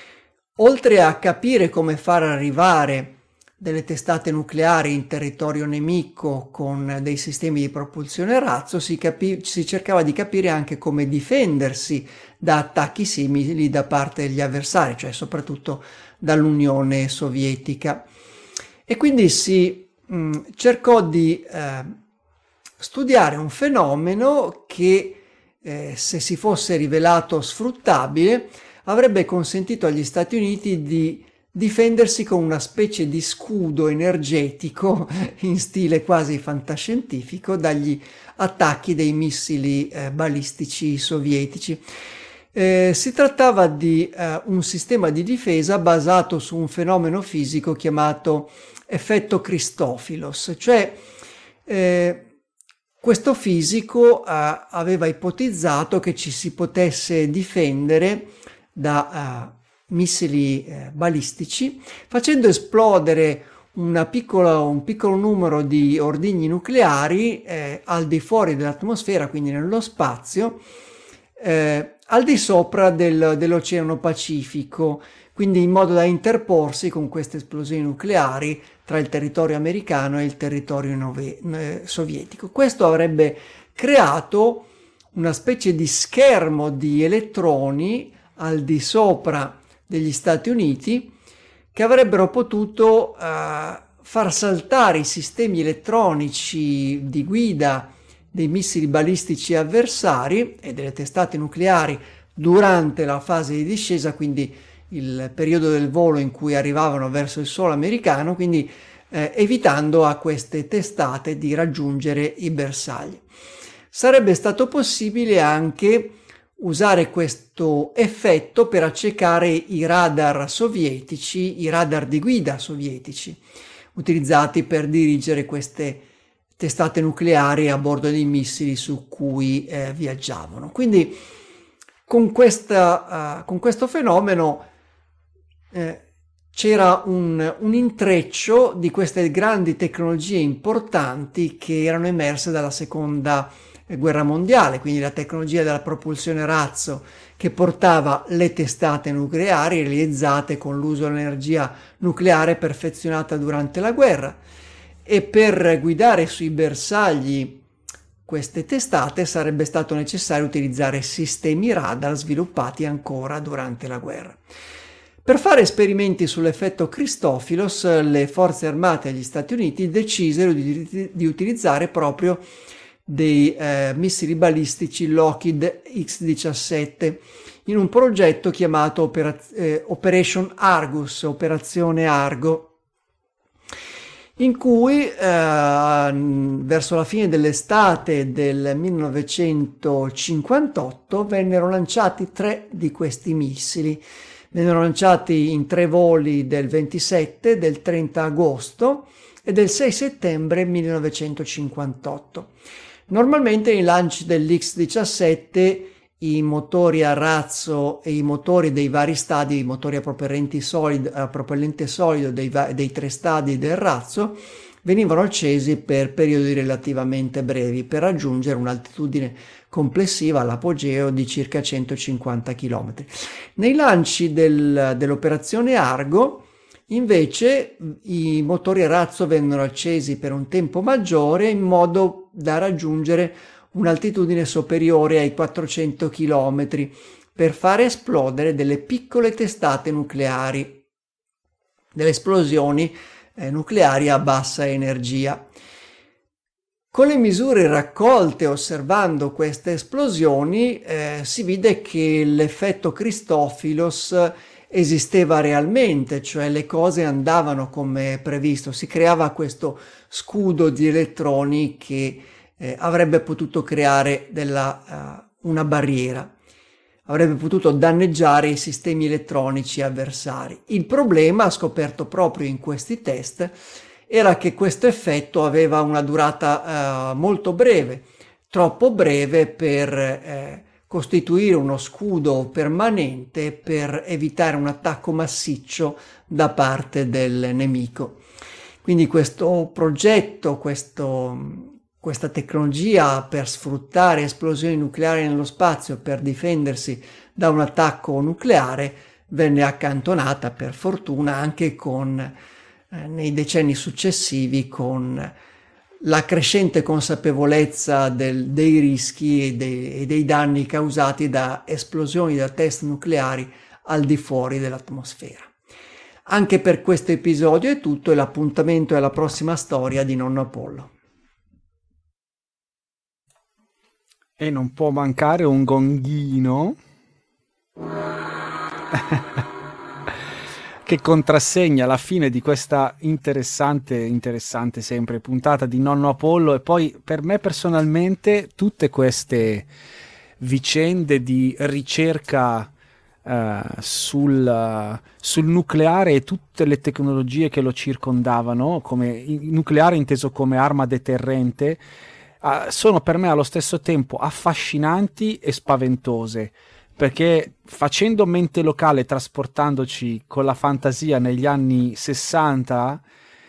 oltre a capire come far arrivare delle testate nucleari in territorio nemico con dei sistemi di propulsione a razzo, si, capi- si cercava di capire anche come difendersi da attacchi simili da parte degli avversari, cioè soprattutto dall'Unione Sovietica. E quindi si mh, cercò di eh, studiare un fenomeno che, eh, se si fosse rivelato sfruttabile, avrebbe consentito agli Stati Uniti di difendersi con una specie di scudo energetico in stile quasi fantascientifico dagli attacchi dei missili eh, balistici sovietici. Eh, si trattava di eh, un sistema di difesa basato su un fenomeno fisico chiamato effetto Christofilos, cioè eh, questo fisico eh, aveva ipotizzato che ci si potesse difendere da eh, missili eh, balistici facendo esplodere una piccola, un piccolo numero di ordigni nucleari eh, al di fuori dell'atmosfera, quindi nello spazio, eh, al di sopra del, dell'Oceano Pacifico, quindi in modo da interporsi con queste esplosioni nucleari tra il territorio americano e il territorio nove, eh, sovietico. Questo avrebbe creato una specie di schermo di elettroni al di sopra degli Stati Uniti che avrebbero potuto uh, far saltare i sistemi elettronici di guida dei missili balistici avversari e delle testate nucleari durante la fase di discesa, quindi il periodo del volo in cui arrivavano verso il suolo americano, quindi eh, evitando a queste testate di raggiungere i bersagli. Sarebbe stato possibile anche usare questo effetto per accecare i radar sovietici, i radar di guida sovietici, utilizzati per dirigere queste testate nucleari a bordo dei missili su cui eh, viaggiavano. Quindi con, questa, uh, con questo fenomeno eh, c'era un, un intreccio di queste grandi tecnologie importanti che erano emerse dalla seconda guerra mondiale, quindi la tecnologia della propulsione a razzo che portava le testate nucleari realizzate con l'uso dell'energia nucleare perfezionata durante la guerra, e per guidare sui bersagli queste testate sarebbe stato necessario utilizzare sistemi radar sviluppati ancora durante la guerra. Per fare esperimenti sull'effetto Christofilos, le forze armate degli Stati Uniti decisero di, di utilizzare proprio dei eh, missili balistici Lockheed X diciassette in un progetto chiamato Opera- eh, Operation Argus, Operazione Argo, in cui eh, verso la fine dell'estate del millenovecentocinquantotto vennero lanciati tre di questi missili. Vennero lanciati in tre voli del ventisette, del trenta agosto e del sei settembre millenovecentocinquantotto. Normalmente i lanci dell'X diciassette, i motori a razzo e i motori dei vari stadi, i motori a propellente solido, a propellente solido dei, dei tre stadi del razzo, venivano accesi per periodi relativamente brevi per raggiungere un'altitudine complessiva all'apogeo di circa centocinquanta chilometri. Nei lanci del, dell'operazione Argo invece i motori a razzo vennero accesi per un tempo maggiore in modo da raggiungere un'altitudine superiore ai quattrocento chilometri per fare esplodere delle piccole testate nucleari, delle esplosioni eh, nucleari a bassa energia. Con le misure raccolte osservando queste esplosioni eh, si vide che l'effetto Christofilos esisteva realmente, cioè le cose andavano come previsto, si creava questo scudo di elettroni che eh, avrebbe potuto creare della, uh, una barriera, avrebbe potuto danneggiare i sistemi elettronici avversari. Il problema, scoperto proprio in questi test, era che questo effetto aveva una durata uh, molto breve, troppo breve per eh, costituire uno scudo permanente per evitare un attacco massiccio da parte del nemico. Quindi questo progetto, questo, questa tecnologia per sfruttare esplosioni nucleari nello spazio per difendersi da un attacco nucleare venne accantonata, per fortuna, anche con, eh, nei decenni successivi, con la crescente consapevolezza del, dei rischi e dei, e dei danni causati da esplosioni da test nucleari al di fuori dell'atmosfera. Anche per questo episodio è tutto, e l'appuntamento è alla prossima storia di Nonno Apollo. E non può mancare un gonghino che contrassegna la fine di questa interessante, interessante sempre puntata di Nonno Apollo. E poi per me personalmente tutte queste vicende di ricerca uh, sul, uh, sul nucleare e tutte le tecnologie che lo circondavano, come il nucleare inteso come arma deterrente, uh, sono per me allo stesso tempo affascinanti e spaventose, perché facendo mente locale, trasportandoci con la fantasia negli anni sessanta,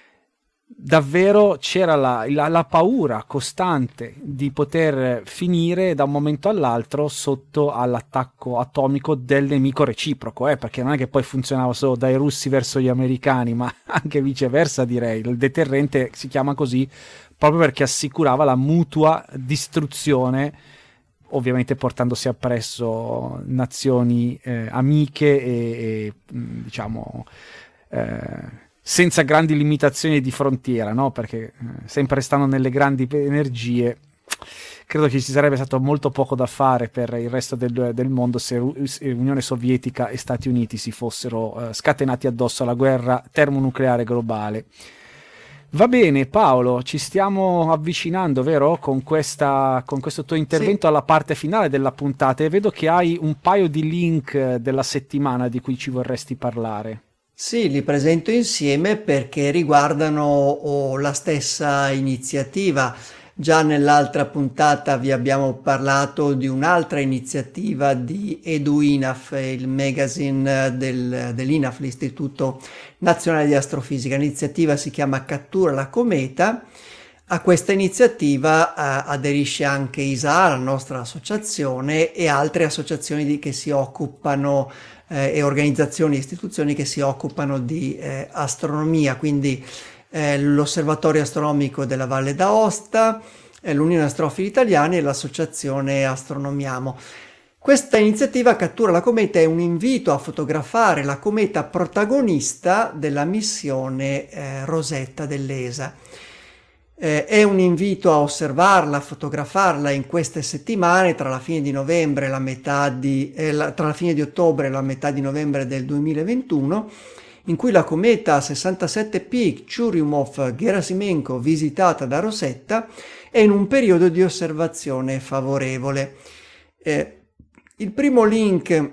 davvero c'era la, la, la paura costante di poter finire da un momento all'altro sotto all'attacco atomico del nemico reciproco, eh, perché non è che poi funzionava solo dai russi verso gli americani, ma anche viceversa, direi. Il deterrente si chiama così proprio perché assicurava la mutua distruzione, ovviamente portandosi appresso nazioni eh, amiche e, e diciamo eh, senza grandi limitazioni di frontiera, no? Perché eh, sempre stando nelle grandi energie, credo che ci sarebbe stato molto poco da fare per il resto del, del mondo se Unione Sovietica e Stati Uniti si fossero eh, scatenati addosso alla guerra termonucleare globale. Va bene Paolo, ci stiamo avvicinando, vero? Con, questa, con questo tuo intervento sì, alla parte finale della puntata, e vedo che hai un paio di link della settimana di cui ci vorresti parlare. Sì, li presento insieme perché riguardano oh, la stessa iniziativa. Già nell'altra puntata vi abbiamo parlato di un'altra iniziativa di EduINAF, il magazine del, dell'I N A F, l'Istituto Nazionale di Astrofisica. L'iniziativa si chiama Cattura la cometa. A questa iniziativa eh, aderisce anche I S A, la nostra associazione, e altre associazioni di, che si occupano eh, e organizzazioni e istituzioni che si occupano di eh, astronomia, quindi eh, l'Osservatorio Astronomico della Valle d'Aosta, eh, l'Unione Astrofili Italiani e l'Associazione Astronomiamo. Questa iniziativa Cattura la cometa è un invito a fotografare la cometa protagonista della missione eh, Rosetta dell'E S A. Eh, è un invito a osservarla, a fotografarla in queste settimane tra la fine di novembre e la metà di, eh, la, tra la fine di ottobre e la metà di novembre del duemilaventuno, in cui la cometa sessantasette P Churyumov-Gerasimenko, visitata da Rosetta, è in un periodo di osservazione favorevole. Eh, il primo link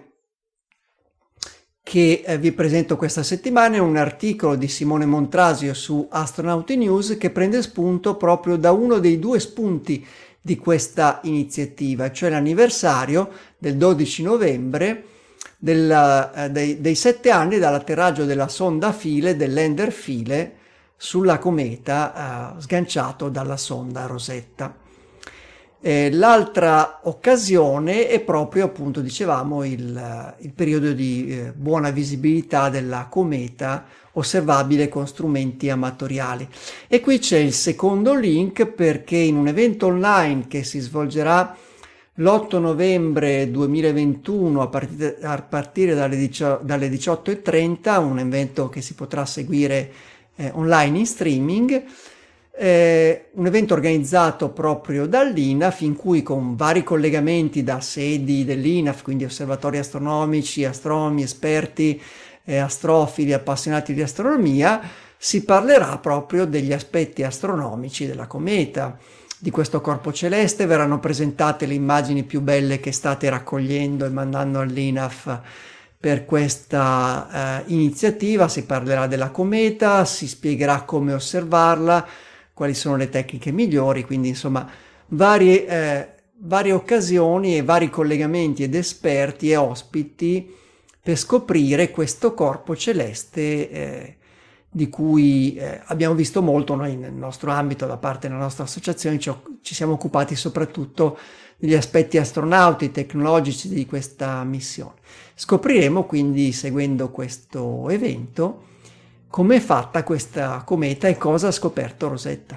che eh, vi presento questa settimana è un articolo di Simone Montrasio su Astronauti News, che prende spunto proprio da uno dei due spunti di questa iniziativa, cioè l'anniversario del dodici novembre della, eh, dei, dei sette anni dall'atterraggio della sonda Philae, del lander Philae, sulla cometa, eh, sganciato dalla sonda Rosetta. Eh, l'altra occasione è proprio, appunto, dicevamo, il, il periodo di eh, buona visibilità della cometa osservabile con strumenti amatoriali. E qui c'è il secondo link, perché in un evento online che si svolgerà l'otto novembre duemilaventuno a partire, a partire dalle, dicio, dalle diciotto e trenta, un evento che si potrà seguire eh, online in streaming, Eh, un evento organizzato proprio dall'I N A F, in cui con vari collegamenti da sedi dell'I N A F, quindi osservatori astronomici, astronomi, esperti, eh, astrofili, appassionati di astronomia, si parlerà proprio degli aspetti astronomici della cometa, di questo corpo celeste. Verranno presentate le immagini più belle che state raccogliendo e mandando all'I N A F per questa eh, iniziativa. Si parlerà della cometa, si spiegherà come osservarla, quali sono le tecniche migliori, quindi insomma varie, eh, varie occasioni e vari collegamenti ed esperti e ospiti per scoprire questo corpo celeste eh, di cui eh, abbiamo visto molto noi nel nostro ambito, da parte della nostra associazione. Ci, ci siamo occupati soprattutto degli aspetti astronauti, tecnologici di questa missione. Scopriremo quindi, seguendo questo evento, come è fatta questa cometa e cosa ha scoperto Rosetta.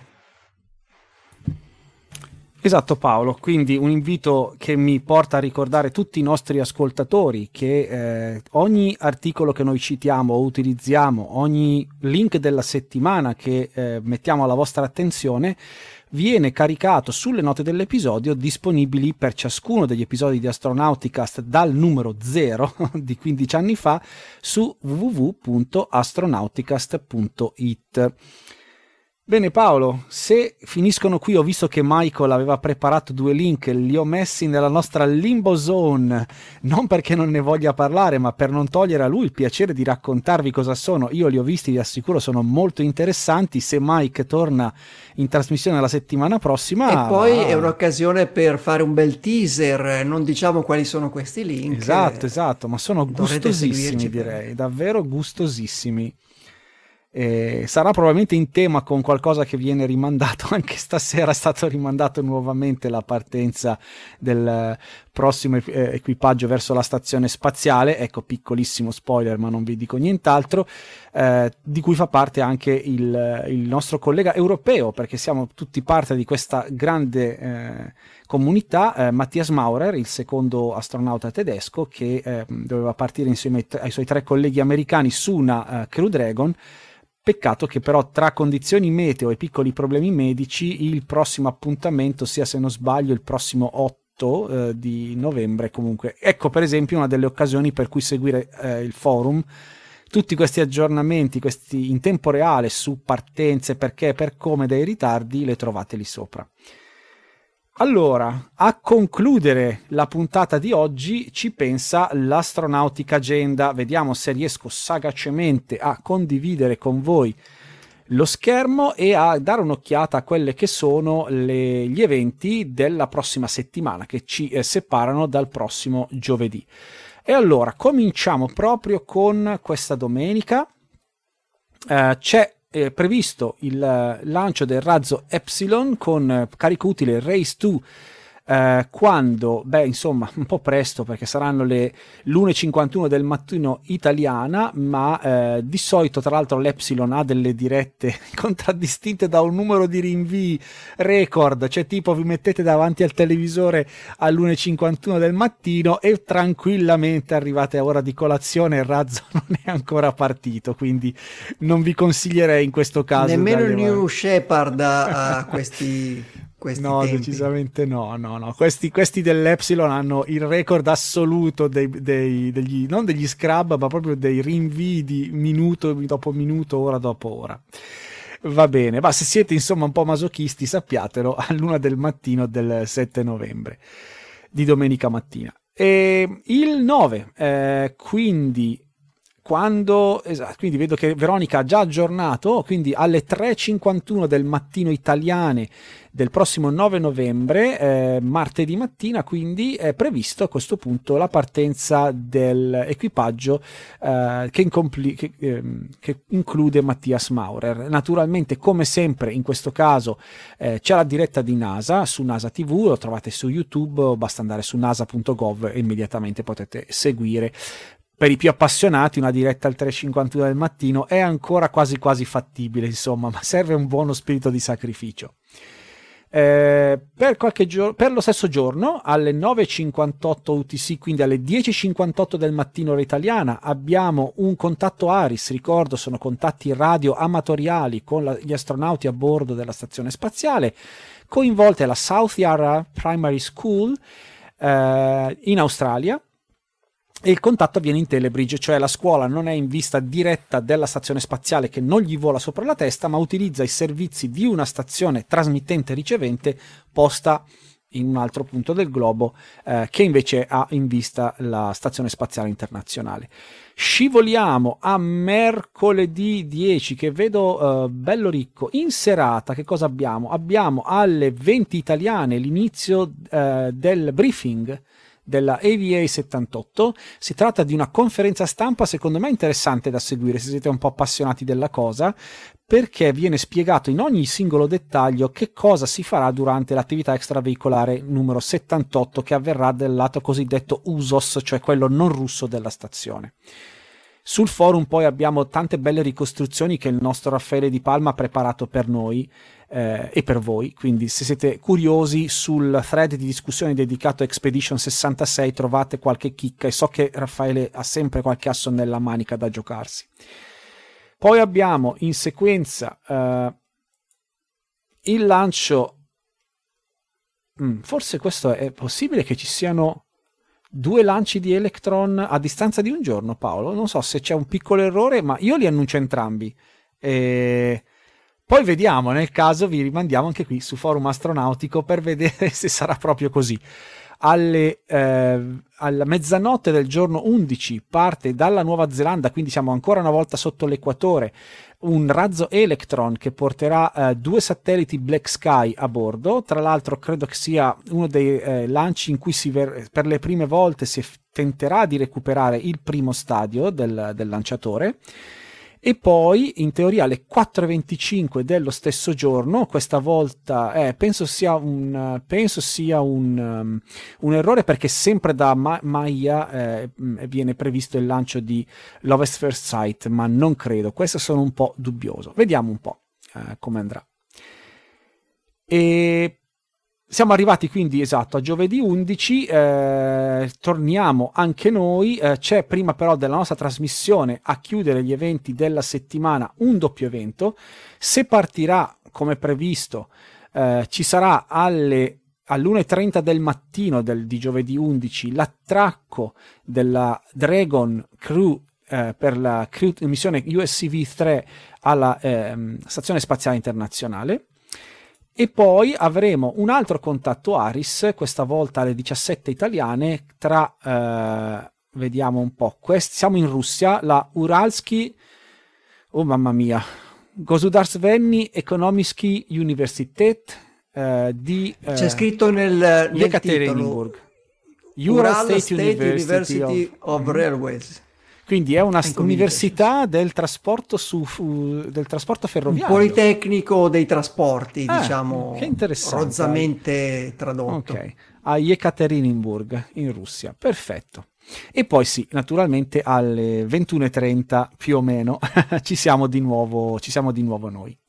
Esatto Paolo, quindi un invito che mi porta a ricordare tutti i nostri ascoltatori che eh, ogni articolo che noi citiamo o utilizziamo, ogni link della settimana che eh, mettiamo alla vostra attenzione, viene caricato sulle note dell'episodio, disponibili per ciascuno degli episodi di Astronauticast dal numero zero di quindici anni fa su w w w punto astronauticast punto i t. Bene Paolo, se finiscono qui, ho visto che Michael aveva preparato due link, li ho messi nella nostra limbo zone, non perché non ne voglia parlare, ma per non togliere a lui il piacere di raccontarvi cosa sono. Io li ho visti, vi assicuro, sono molto interessanti. Se Mike torna in trasmissione la settimana prossima... E poi ah, è un'occasione per fare un bel teaser, non diciamo quali sono questi link. Esatto, esatto, ma sono gustosissimi, seguirci, direi, per... davvero gustosissimi. Eh, sarà probabilmente in tema con qualcosa che viene rimandato. Anche stasera è stato rimandato nuovamente la partenza del prossimo eh, equipaggio verso la stazione spaziale. Ecco, piccolissimo spoiler, ma non vi dico nient'altro, eh, di cui fa parte anche il, il nostro collega europeo, perché siamo tutti parte di questa grande eh, comunità. eh, Matthias Maurer, il secondo astronauta tedesco, che eh, doveva partire insieme ai, t- ai suoi tre colleghi americani su una uh, Crew Dragon. Peccato che però tra condizioni meteo e piccoli problemi medici il prossimo appuntamento sia, se non sbaglio, il prossimo otto eh, di novembre. Comunque ecco, per esempio, una delle occasioni per cui seguire eh, il forum. Tutti questi aggiornamenti, questi in tempo reale su partenze, perché, per come, dei ritardi, le trovate lì sopra. Allora, a concludere la puntata di oggi ci pensa l'Astronautica Agenda. Vediamo se riesco sagacemente a condividere con voi lo schermo e a dare un'occhiata a quelle che sono le, gli eventi della prossima settimana, che ci eh, separano dal prossimo giovedì. E allora, cominciamo proprio con questa domenica. Eh, c'è È previsto il lancio del razzo Epsilon con carico utile Race due eh, quando, beh insomma un po' presto, perché saranno le l'una e cinquantuno del mattino italiana, ma eh, di solito tra l'altro l'Epsilon ha delle dirette contraddistinte da un numero di rinvii record, cioè tipo vi mettete davanti al televisore all'una e cinquantuno del mattino e tranquillamente arrivate a ora di colazione, il razzo non è ancora partito, quindi non vi consiglierei in questo caso nemmeno il dalle... New Shepard ha questi Questi no, tempi. Decisamente no, no, no. Questi, questi dell'Epsilon hanno il record assoluto dei, dei, degli, non degli scrub, ma proprio dei rinvii di minuto dopo minuto, ora dopo ora. Va bene, ma se siete insomma un po' masochisti, sappiatelo, all'una del mattino del sette novembre, di domenica mattina. E il nove, eh, quindi... Quando, esatto, quindi vedo che Veronica ha già aggiornato, quindi alle tre e cinquantuno del mattino italiane del prossimo nove novembre, eh, martedì mattina, quindi è previsto a questo punto la partenza dell'equipaggio eh, che, incompli- che, eh, che include Matthias Maurer. Naturalmente, come sempre in questo caso, eh, c'è la diretta di NASA su NASA ti vu, lo trovate su YouTube, basta andare su nasa punto gov e immediatamente potete seguire. Per i più appassionati una diretta alle tre e cinquantuno del mattino è ancora quasi quasi fattibile, insomma, ma serve un buono spirito di sacrificio. Eh, per, qualche giorno, per lo stesso giorno alle nove e cinquantotto U T C, quindi alle dieci e cinquantotto del mattino ora italiana, abbiamo un contatto ARIS. Ricordo, sono contatti radio amatoriali con la, gli astronauti a bordo della stazione spaziale, coinvolte la South Yarra Primary School eh, in Australia. E il contatto avviene in telebridge, cioè la scuola non è in vista diretta della stazione spaziale che non gli vola sopra la testa, ma utilizza i servizi di una stazione trasmittente ricevente posta in un altro punto del globo, eh, che invece ha in vista la stazione spaziale internazionale. Scivoliamo a mercoledì dieci, che vedo eh, bello ricco. In serata che cosa abbiamo? Abbiamo alle venti italiane l'inizio eh, del briefing della A V A settantotto. Si tratta di una conferenza stampa secondo me interessante da seguire se siete un po' appassionati della cosa, perché viene spiegato in ogni singolo dettaglio che cosa si farà durante l'attività extraveicolare numero settantotto, che avverrà del lato cosiddetto U S O S, cioè quello non russo della stazione. Sul forum poi abbiamo tante belle ricostruzioni che il nostro Raffaele Di Palma ha preparato per noi eh, e per voi, quindi se siete curiosi sul thread di discussione dedicato a Expedition sessantasei trovate qualche chicca, e so che Raffaele ha sempre qualche asso nella manica da giocarsi. Poi abbiamo in sequenza eh, il lancio, mm, forse questo è possibile che ci siano due lanci di Electron a distanza di un giorno, Paolo, non so se c'è un piccolo errore, ma io li annuncio entrambi e poi vediamo, nel caso vi rimandiamo anche qui su Forum Astronautico per vedere se sarà proprio così. Alle, eh, alla mezzanotte del giorno undici parte dalla Nuova Zelanda, quindi siamo ancora una volta sotto l'equatore, un razzo Electron che porterà eh, due satelliti Black Sky a bordo. Tra l'altro credo che sia uno dei eh, lanci in cui si ver- per le prime volte si f- tenterà di recuperare il primo stadio del, del lanciatore. E poi in teoria alle quattro e venticinque dello stesso giorno, questa volta eh, penso sia un penso sia un, um, un errore, perché sempre da Ma- Maya eh, viene previsto il lancio di Lowest First Sight, ma non credo, questo sono un po' dubbioso, vediamo un po' eh, come andrà. E siamo arrivati quindi esatto a giovedì undici, eh, torniamo anche noi, eh, c'è prima però della nostra trasmissione a chiudere gli eventi della settimana un doppio evento. Se partirà come previsto eh, ci sarà alle all'una e trenta del mattino del, di giovedì undici l'attracco della Dragon Crew eh, per la crew, missione U S C V tre alla eh, Stazione Spaziale Internazionale. E poi avremo un altro contatto ARIS, questa volta alle diciassette italiane, tra, eh, vediamo un po', quest- siamo in Russia, la Uralsky, oh mamma mia, Gosudarstvennyi Ekonomsky Universitet eh, di... Eh, C'è scritto nel, nel Yekaterinburg. Ural State, State University, University of, of Railways. Quindi è una università del trasporto, su, fu, del trasporto ferroviario. Un politecnico dei trasporti, ah, diciamo, che interessante. Rozzamente tradotto. Ok, a Yekaterinburg in Russia, perfetto. E poi sì, naturalmente alle ventuno e trenta più o meno ci siamo di nuovo, ci siamo di nuovo noi.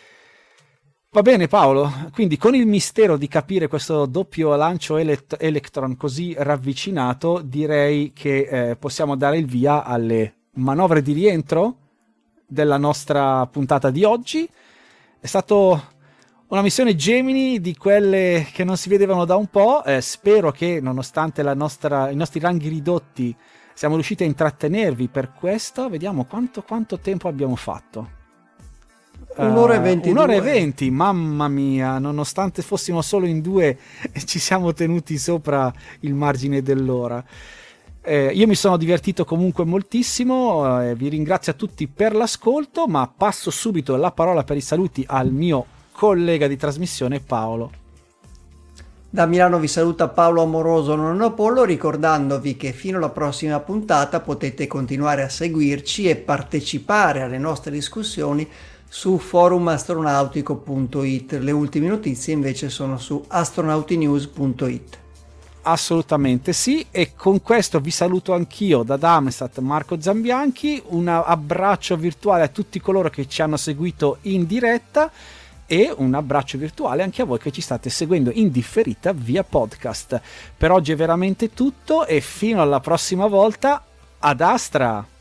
Va bene Paolo, quindi con il mistero di capire questo doppio lancio elett- Electron così ravvicinato, direi che eh, possiamo dare il via alle manovre di rientro della nostra puntata di oggi. È stato una missione Gemini di quelle che non si vedevano da un po', eh, spero che nonostante la nostra, i nostri ranghi ridotti siamo riusciti a intrattenervi per questo. Vediamo quanto, quanto tempo abbiamo fatto. Un'ora e venti. Uh, un'ora e venti, mamma mia, nonostante fossimo solo in due ci siamo tenuti sopra il margine dell'ora. Eh, io mi sono divertito comunque moltissimo, eh, vi ringrazio a tutti per l'ascolto, ma passo subito la parola per i saluti al mio collega di trasmissione Paolo. Da Milano vi saluta Paolo Amoroso Nonno Apollo, ricordandovi che fino alla prossima puntata potete continuare a seguirci e partecipare alle nostre discussioni su forum astronautico punto it. Le ultime notizie invece sono su astronautinews punto it. Assolutamente sì, e con questo vi saluto anch'io da Darmstadt, Marco Zambianchi, un abbraccio virtuale a tutti coloro che ci hanno seguito in diretta e un abbraccio virtuale anche a voi che ci state seguendo in differita via podcast. Per oggi è veramente tutto e fino alla prossima volta, ad Astra!